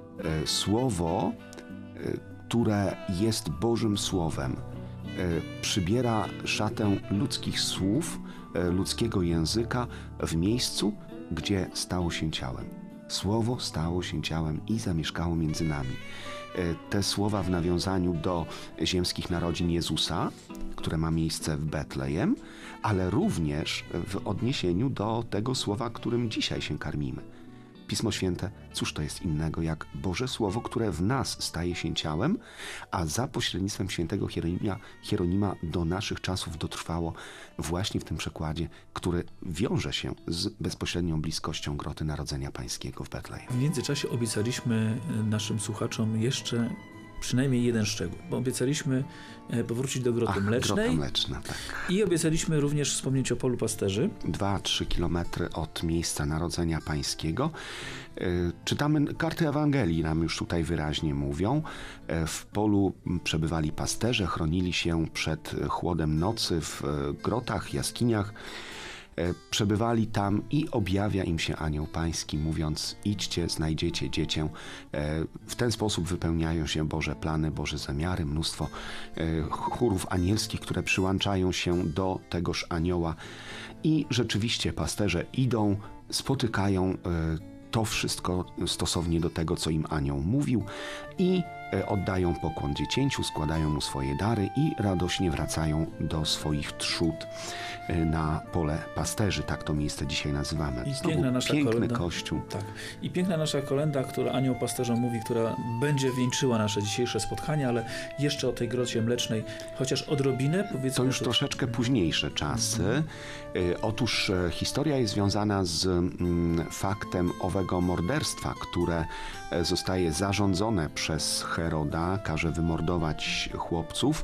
Speaker 2: Słowo, które jest Bożym Słowem, przybiera szatę ludzkich słów, ludzkiego języka w miejscu, gdzie stało się ciałem. Słowo stało się ciałem i zamieszkało między nami. Te słowa w nawiązaniu do ziemskich narodzin Jezusa, które ma miejsce w Betlejem, ale również w odniesieniu do tego słowa, którym dzisiaj się karmimy. Pismo Święte, cóż to jest innego jak Boże Słowo, które w nas staje się ciałem, a za pośrednictwem świętego Hieronima, Hieronima do naszych czasów dotrwało właśnie w tym przekładzie, który wiąże się z bezpośrednią bliskością groty Narodzenia Pańskiego w Betlejem.
Speaker 4: W międzyczasie obiecaliśmy naszym słuchaczom jeszcze przynajmniej jeden szczegół, bo obiecaliśmy e, powrócić do Groty
Speaker 2: Ach,
Speaker 4: Mlecznej
Speaker 2: Grota Mleczna, tak.
Speaker 4: i obiecaliśmy również wspomnieć o Polu Pasterzy.
Speaker 2: dwa trzy kilometry od miejsca narodzenia pańskiego. Y, Czytamy, karty Ewangelii nam już tutaj wyraźnie mówią. Y, W polu przebywali pasterze, chronili się przed chłodem nocy w y, grotach, jaskiniach. Y, Przebywali tam i objawia im się anioł pański, mówiąc: idźcie, znajdziecie dziecię. Y, W ten sposób wypełniają się Boże plany, Boże zamiary, mnóstwo y, chórów anielskich, które przyłączają się do tegoż anioła. I rzeczywiście pasterze idą, spotykają y, to wszystko stosownie do tego, co im anioł mówił, i e, oddają pokłon dziecięciu, składają mu swoje dary i radośnie wracają do swoich trzód e, na pole pasterzy. Tak to miejsce dzisiaj nazywamy.
Speaker 4: I
Speaker 2: Znowu
Speaker 4: piękna nasza
Speaker 2: piękny
Speaker 4: kolenda.
Speaker 2: kościół.
Speaker 4: Tak. I piękna nasza kolenda, która anioł pasterzom mówi, która będzie wieńczyła nasze dzisiejsze spotkanie, ale jeszcze o tej Grocie Mlecznej, chociaż odrobinę, powiedzmy.
Speaker 2: To już
Speaker 4: to-
Speaker 2: troszeczkę późniejsze czasy. Y, Otóż e, historia jest związana z mm, faktem owego morderstwa, które e, zostaje zarządzone przez Heroda, każe wymordować chłopców.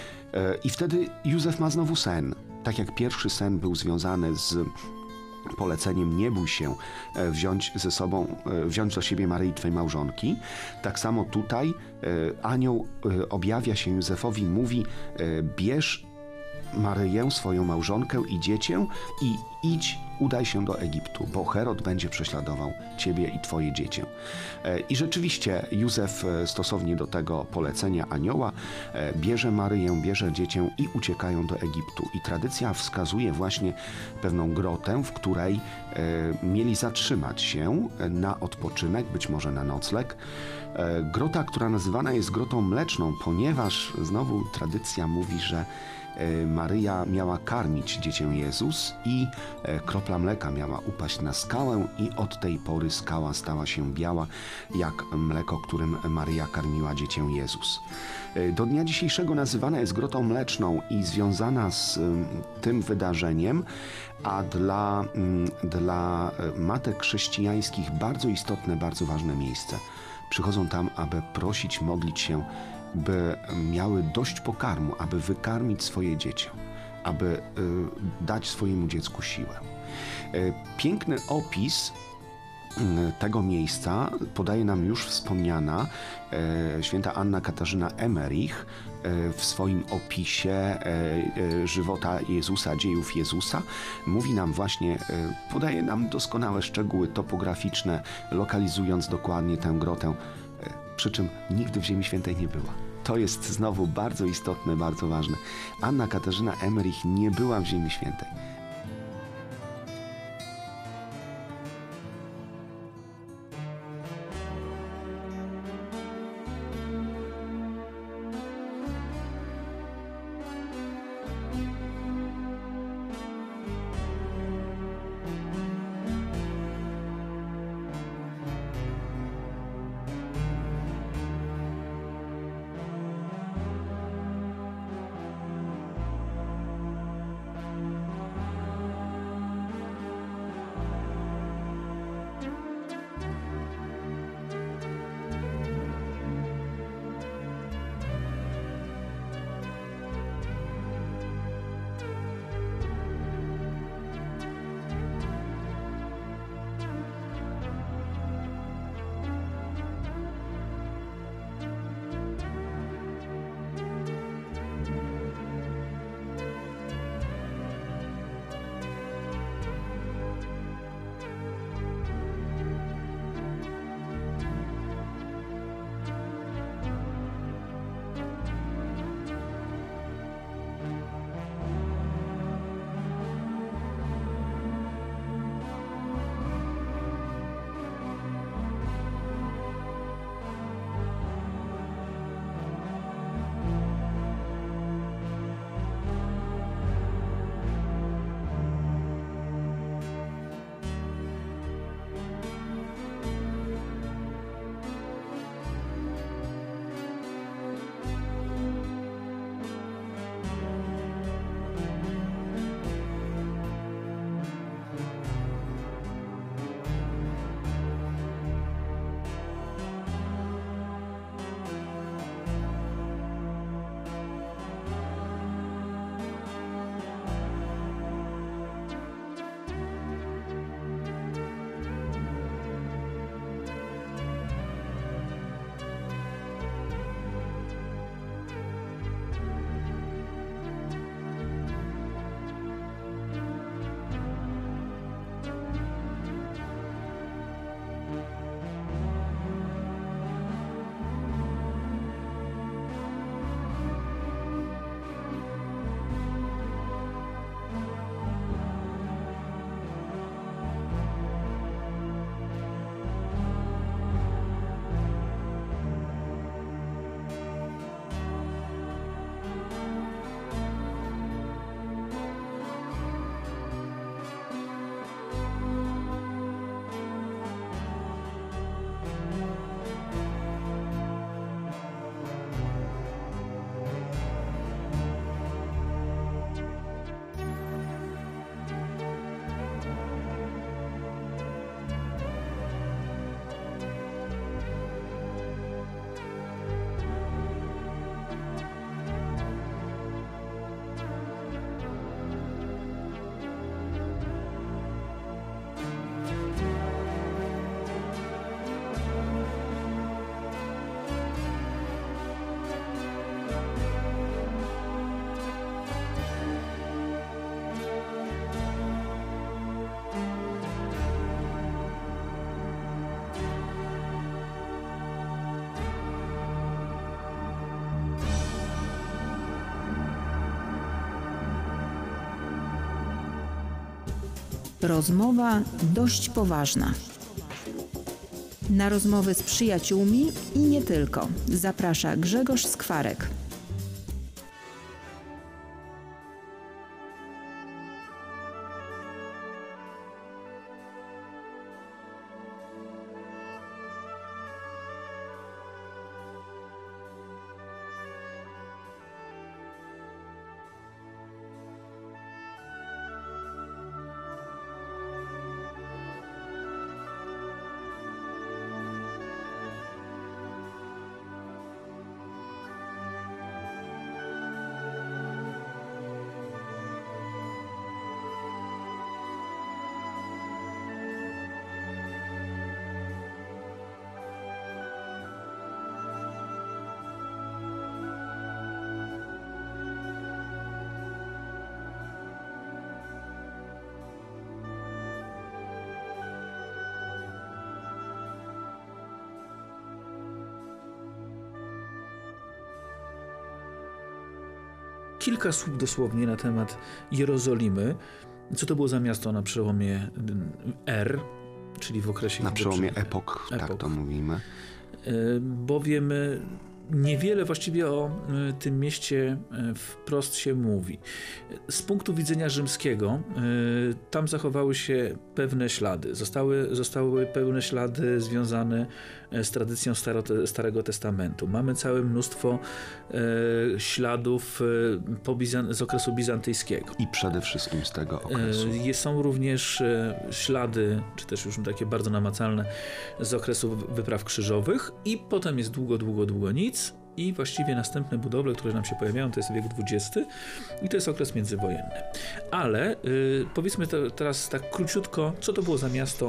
Speaker 2: E, I wtedy Józef ma znowu sen. Tak jak pierwszy sen był związany z poleceniem nie bój się e, wziąć ze sobą, e, wziąć do siebie Maryi, twej małżonki. Tak samo tutaj e, anioł e, objawia się Józefowi, mówi: e, bierz Maryję, swoją małżonkę i dziecię i idź, udaj się do Egiptu, bo Herod będzie prześladował ciebie i twoje dziecię. E, I rzeczywiście Józef e, stosownie do tego polecenia anioła e, bierze Maryję, bierze dziecię i uciekają do Egiptu. I tradycja wskazuje właśnie pewną grotę, w której e, mieli zatrzymać się na odpoczynek, być może na nocleg. E, Grota, która nazywana jest Grotą Mleczną, ponieważ znowu tradycja mówi, że e, Maryja miała karmić dziecię Jezus i e, kropla mleka miała upaść na skałę i od tej pory skała stała się biała, jak mleko, którym Maryja karmiła dziecię Jezus. E, Do dnia dzisiejszego nazywana jest Grotą Mleczną i związana z em, tym wydarzeniem, a dla, mm, dla e, matek chrześcijańskich bardzo istotne, bardzo ważne miejsce. Przychodzą tam, aby prosić, modlić się, by miały dość pokarmu, aby wykarmić swoje dziecię, aby y, dać swojemu dziecku siłę. Y, piękny opis y, tego miejsca podaje nam już wspomniana y, święta Anna Katarzyna Emmerich y, w swoim opisie y, y, żywota Jezusa, dziejów Jezusa. Mówi nam właśnie, y, podaje nam doskonałe szczegóły topograficzne, lokalizując dokładnie tę grotę, y, przy czym nigdy w Ziemi Świętej nie była. To jest znowu bardzo istotne, bardzo ważne. Anna Katarzyna Emmerich nie była w Ziemi Świętej.
Speaker 3: Rozmowa dość poważna. Na rozmowy z przyjaciółmi i nie tylko zaprasza Grzegorz Skwarek.
Speaker 4: Kilka słów dosłownie na temat Jerozolimy. Co to było za miasto na przełomie R, czyli w okresie...
Speaker 2: Na przełomie
Speaker 4: przy...
Speaker 2: epok, epok, tak to mówimy.
Speaker 4: Bowiem niewiele właściwie o tym mieście wprost się mówi. Z punktu widzenia rzymskiego tam zachowały się pewne ślady. Zostały, zostały pełne ślady związane z tradycją Staro, Starego Testamentu. Mamy całe mnóstwo e, śladów po Bizan- z okresu bizantyjskiego.
Speaker 2: I przede wszystkim z tego okresu.
Speaker 4: E, są również e, ślady, czy też już takie bardzo namacalne, z okresu wypraw krzyżowych i potem jest długo, długo, długo nic. I właściwie następne budowle, które nam się pojawiają, to jest wiek dwudziesty i to jest okres międzywojenny. Ale y, powiedzmy to teraz tak króciutko, co to było za miasto.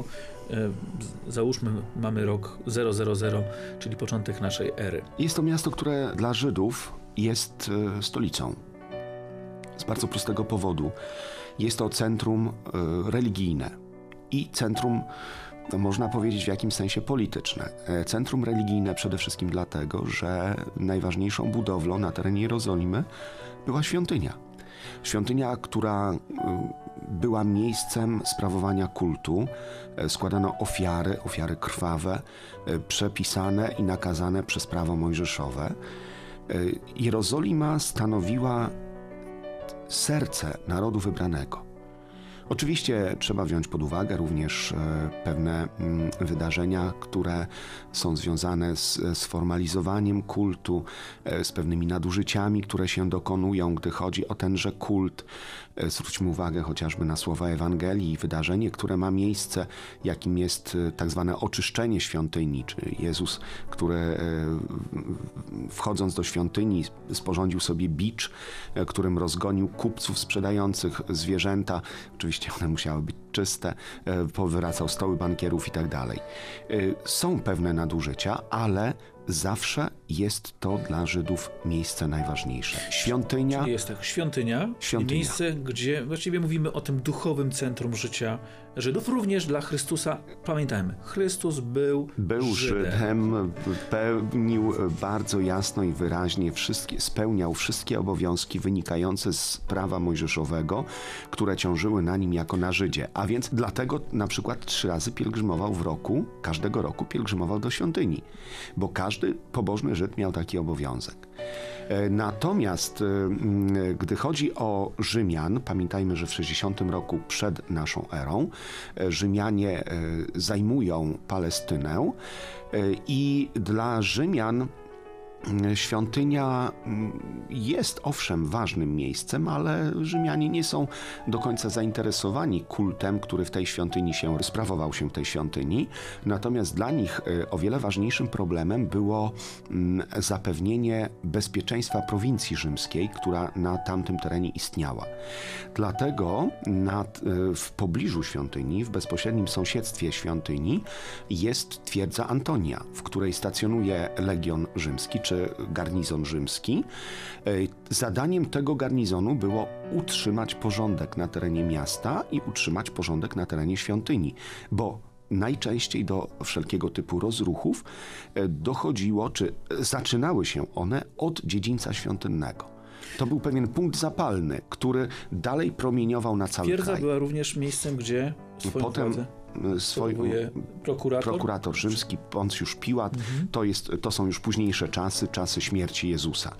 Speaker 4: Y, załóżmy, mamy rok zero zero zero, czyli początek naszej ery.
Speaker 2: Jest to miasto, które dla Żydów jest y, stolicą. Z bardzo prostego powodu. Jest to centrum y, religijne i centrum, no można powiedzieć, w jakimś sensie polityczne. Centrum religijne przede wszystkim dlatego, że najważniejszą budowlą na terenie Jerozolimy była świątynia. Świątynia, która była miejscem sprawowania kultu. Składano ofiary, ofiary krwawe, przepisane i nakazane przez prawo mojżeszowe. Jerozolima stanowiła serce narodu wybranego. Oczywiście trzeba wziąć pod uwagę również pewne wydarzenia, które są związane z sformalizowaniem kultu, z pewnymi nadużyciami, które się dokonują, gdy chodzi o tenże kult. Zwróćmy uwagę chociażby na słowa Ewangelii i wydarzenie, które ma miejsce, jakim jest tak zwane oczyszczenie świątyni, czyli Jezus, który wchodząc do świątyni sporządził sobie bicz, którym rozgonił kupców sprzedających zwierzęta. Oczywiście one musiały być czyste, powywracał stoły bankierów i tak dalej. Są pewne nadużycia, ale zawsze jest to dla Żydów miejsce najważniejsze. Świątynia.
Speaker 4: Czyli jest tak, świątynia,
Speaker 2: świątynia.
Speaker 4: Miejsce, gdzie właściwie mówimy o tym duchowym centrum życia Żydów, również dla Chrystusa. Pamiętajmy, Chrystus był
Speaker 2: Był
Speaker 4: Żydem.
Speaker 2: Żydem, pełnił bardzo jasno i wyraźnie wszystkie, spełniał wszystkie obowiązki wynikające z prawa mojżeszowego, które ciążyły na nim jako na Żydzie. A więc dlatego na przykład trzy razy pielgrzymował w roku, każdego roku pielgrzymował do świątyni, bo każdy pobożny Żyd miał taki obowiązek. Natomiast gdy chodzi o Rzymian, pamiętajmy, że w sześćdziesiątym roku przed naszą erą Rzymianie zajmują Palestynę i dla Rzymian świątynia jest owszem ważnym miejscem, ale Rzymianie nie są do końca zainteresowani kultem, który w tej świątyni się sprawował się w tej świątyni. Natomiast dla nich o wiele ważniejszym problemem było zapewnienie bezpieczeństwa prowincji rzymskiej, która na tamtym terenie istniała. Dlatego nad, w pobliżu świątyni, w bezpośrednim sąsiedztwie świątyni jest twierdza Antonia, w której stacjonuje legion rzymski, czy garnizon rzymski. Zadaniem tego garnizonu było utrzymać porządek na terenie miasta i utrzymać porządek na terenie świątyni, bo najczęściej do wszelkiego typu rozruchów dochodziło, czy zaczynały się one od dziedzińca świątynnego. To był pewien punkt zapalny, który dalej promieniował na cały
Speaker 4: Twierdza
Speaker 2: kraj.
Speaker 4: była również miejscem, gdzie swoją
Speaker 2: Potem
Speaker 4: władzę
Speaker 2: swój
Speaker 4: prokurator.
Speaker 2: prokurator rzymski, Poncjusz Piłat,
Speaker 4: Mhm.
Speaker 2: to, jest, to są już późniejsze czasy, czasy śmierci Jezusa.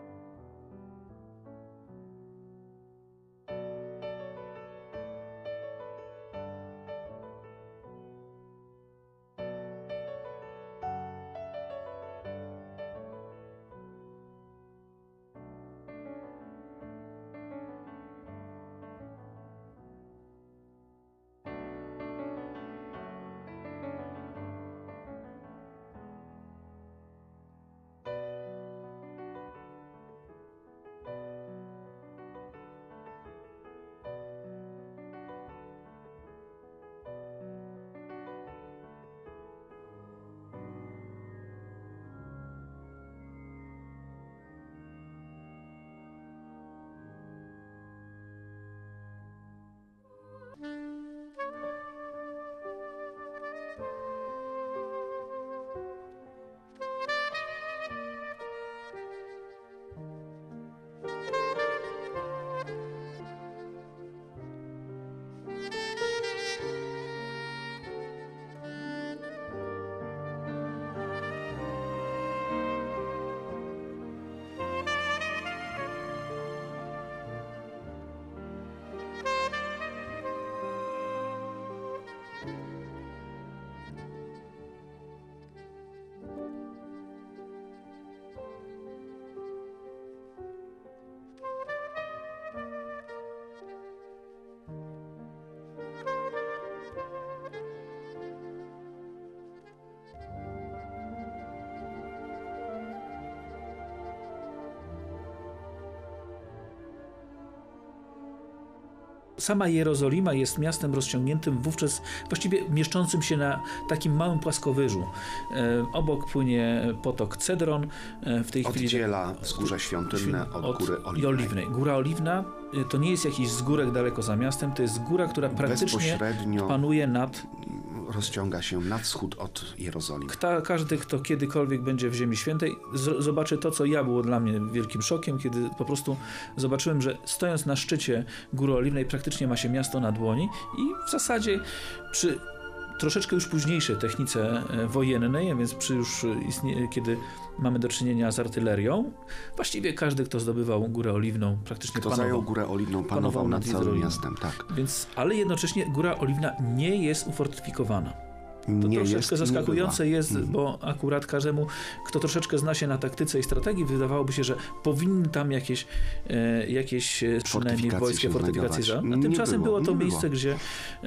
Speaker 4: Sama Jerozolima jest miastem rozciągniętym wówczas, właściwie mieszczącym się na takim małym płaskowyżu. E, obok płynie potok Cedron. E, w tej chwili
Speaker 2: Oddziela wzgórze świątynne od, od góry oliwnej.
Speaker 4: oliwnej. Góra Oliwna e, to nie jest jakiś wzgórek daleko za miastem, to jest góra, która praktycznie panuje nad...
Speaker 2: rozciąga się na wschód od Jerozolimy.
Speaker 4: Kta, każdy, kto kiedykolwiek będzie w Ziemi Świętej, z, zobaczy to, co ja było dla mnie wielkim szokiem, kiedy po prostu zobaczyłem, że stojąc na szczycie Góry Oliwnej praktycznie ma się miasto na dłoni i w zasadzie przy troszeczkę już późniejszej technice wojennej, a więc przy już istnie, kiedy mamy do czynienia z artylerią, właściwie każdy, kto zdobywał Górę Oliwną, praktycznie
Speaker 2: kto
Speaker 4: panował.
Speaker 2: zajął Górę Oliwną, panował, panował nad, nad całym miastem, tak.
Speaker 4: Więc, ale jednocześnie Góra Oliwna nie jest ufortyfikowana. To
Speaker 2: nie
Speaker 4: troszeczkę
Speaker 2: jest,
Speaker 4: zaskakujące jest,
Speaker 2: mm.
Speaker 4: bo akurat każdemu, kto troszeczkę zna się na taktyce i strategii, wydawałoby się, że powinny tam jakieś, e, jakieś przynajmniej wojskie fortyfikacje za. A tymczasem było, było to miejsce, było. gdzie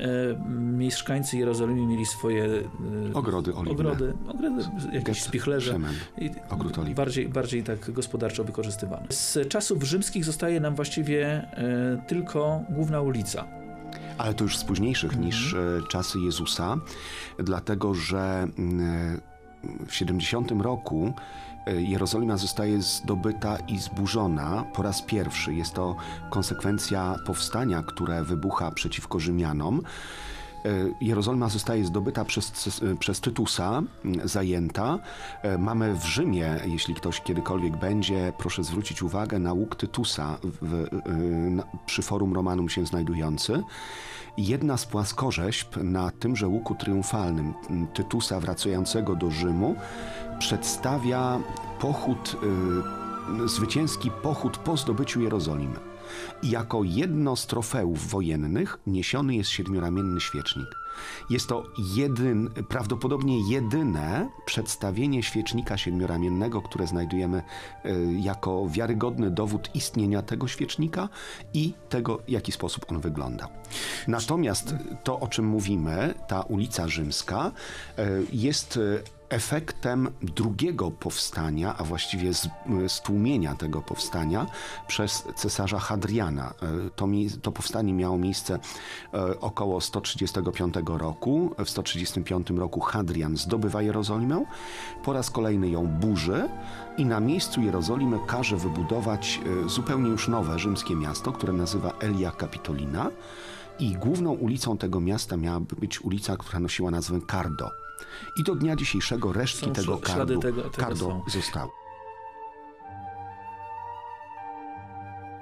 Speaker 4: e, mieszkańcy Jerozolimy mieli swoje e,
Speaker 2: ogrody oliwne.
Speaker 4: Ogrody, ogrody jakieś Get, spichlerze.
Speaker 2: Szemen,
Speaker 4: i
Speaker 2: ogród oliwny.
Speaker 4: Bardziej, bardziej tak gospodarczo wykorzystywane. Z czasów rzymskich zostaje nam właściwie e, tylko główna ulica.
Speaker 2: Ale to już z późniejszych mm. niż e, czasy Jezusa, dlatego że e, w siedemdziesiątym roku e, Jerozolima zostaje zdobyta i zburzona po raz pierwszy. Jest to konsekwencja powstania, które wybucha przeciwko Rzymianom. Jerozolima zostaje zdobyta przez, przez Tytusa, zajęta. Mamy w Rzymie, jeśli ktoś kiedykolwiek będzie, proszę zwrócić uwagę na łuk Tytusa w, na, przy Forum Romanum się znajdujący. Jedna z płaskorzeźb na tymże łuku triumfalnym Tytusa wracającego do Rzymu przedstawia pochód, y, zwycięski pochód po zdobyciu Jerozolimy. I jako jedno z trofeów wojennych niesiony jest siedmioramienny świecznik. Jest to jedyn, prawdopodobnie jedyne przedstawienie świecznika siedmioramiennego, które znajdujemy y, jako wiarygodny dowód istnienia tego świecznika i tego, w jaki sposób on wygląda. Natomiast to, o czym mówimy, ta ulica Rzymska, y, jest y, efektem drugiego powstania, a właściwie stłumienia tego powstania przez cesarza Hadriana. To, mi, to powstanie miało miejsce około sto trzydziestego piątego roku. W sto trzydziestym piątym roku Hadrian zdobywa Jerozolimę, po raz kolejny ją burzy i na miejscu Jerozolimy każe wybudować zupełnie już nowe rzymskie miasto, które nazywa Aelia Capitolina, i główną ulicą tego miasta miała być ulica, która nosiła nazwę Cardo. I do dnia dzisiejszego resztki są tego Cardo, tego, tego Cardo zostały.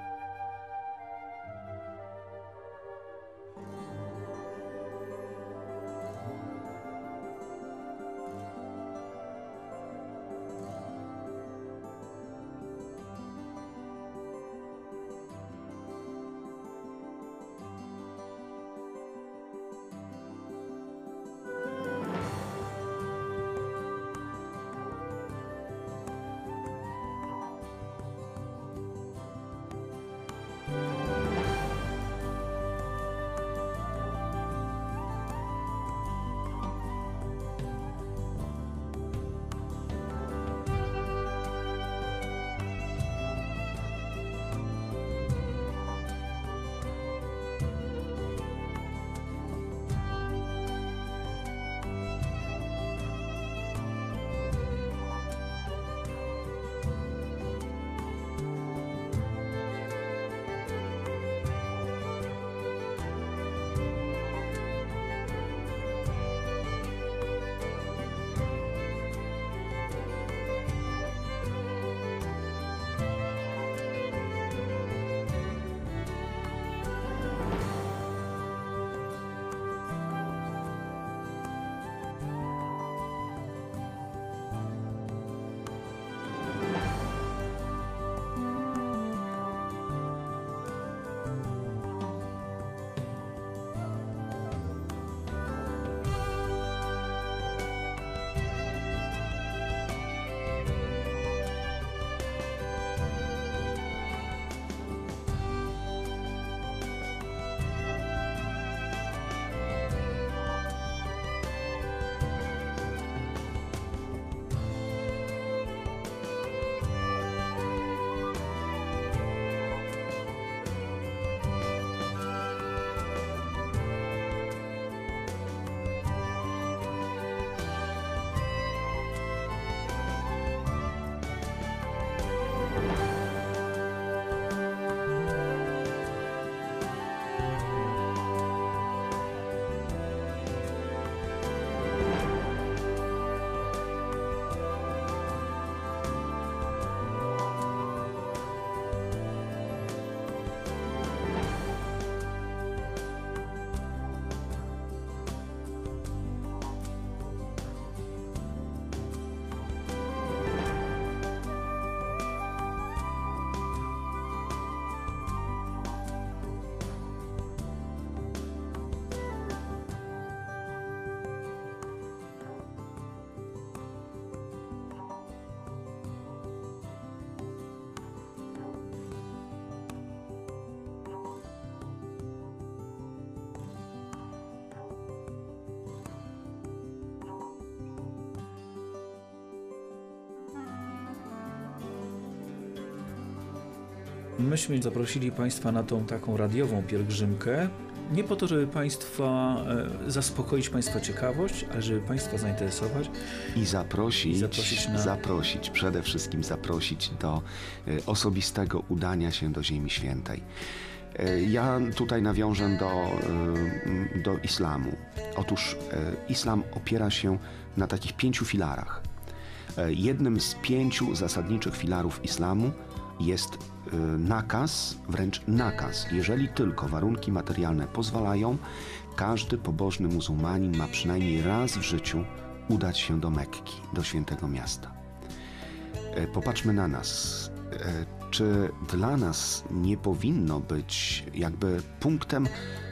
Speaker 4: Myśmy zaprosili Państwa na tą taką radiową pielgrzymkę, nie po to, żeby Państwa, e, zaspokoić Państwa ciekawość, ale żeby Państwa zainteresować.
Speaker 2: I zaprosić,
Speaker 4: I zaprosić, na...
Speaker 2: zaprosić, przede wszystkim zaprosić do e, osobistego udania się do Ziemi Świętej. E, ja tutaj nawiążę do, e, do islamu. Otóż e, islam opiera się na takich pięciu filarach. E, jednym z pięciu zasadniczych filarów islamu jest nakaz, wręcz nakaz. Jeżeli tylko warunki materialne pozwalają, każdy pobożny muzułmanin ma przynajmniej raz w życiu udać się do Mekki, do świętego miasta. Popatrzmy na nas. Czy dla nas nie powinno być jakby punktem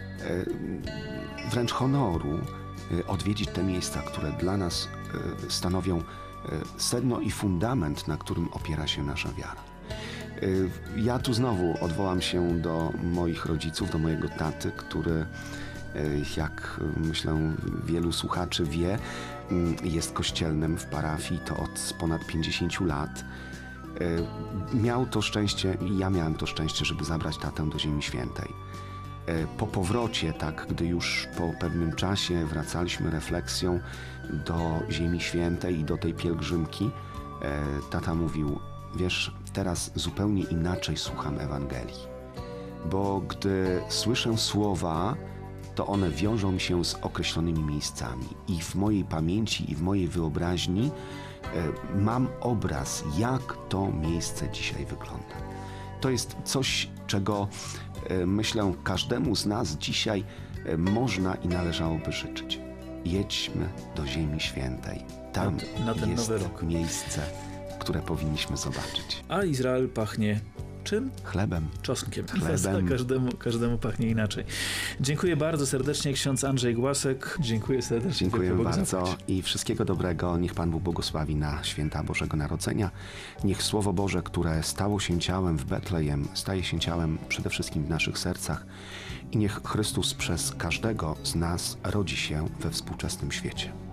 Speaker 2: wręcz honoru odwiedzić te miejsca, które dla nas stanowią sedno i fundament, na którym opiera się nasza wiara? Ja tu znowu odwołam się do moich rodziców, do mojego taty, który, jak myślę wielu słuchaczy wie, jest kościelnym w parafii, to od ponad pięćdziesięciu lat. Miał to szczęście i ja miałem to szczęście, żeby zabrać tatę do Ziemi Świętej. Po powrocie, tak, gdy już po pewnym czasie wracaliśmy refleksją do Ziemi Świętej i do tej pielgrzymki, tata mówił: wiesz, teraz zupełnie inaczej słucham Ewangelii, bo gdy słyszę słowa, to one wiążą mi się z określonymi miejscami i w mojej pamięci i w mojej wyobraźni e, mam obraz, jak to miejsce dzisiaj wygląda. To jest coś, czego e, myślę każdemu z nas dzisiaj e, można i należałoby życzyć. Jedźmy do Ziemi Świętej. Tam
Speaker 4: na, na ten
Speaker 2: jest
Speaker 4: nowy rok.
Speaker 2: miejsce, które powinniśmy zobaczyć.
Speaker 4: A Izrael pachnie czym?
Speaker 2: Chlebem.
Speaker 4: Czosnkiem.
Speaker 2: Chlebem.
Speaker 4: Każdemu, każdemu pachnie inaczej. Dziękuję bardzo serdecznie, ksiądz Andrzej Głasek. Dziękuję serdecznie.
Speaker 2: Dziękuję
Speaker 4: Bogu
Speaker 2: bardzo
Speaker 4: zapłać.
Speaker 2: i wszystkiego dobrego. Niech Pan Bóg błogosławi na święta Bożego Narodzenia. Niech Słowo Boże, które stało się ciałem w Betlejem, staje się ciałem przede wszystkim w naszych sercach i niech Chrystus przez każdego z nas rodzi się we współczesnym świecie.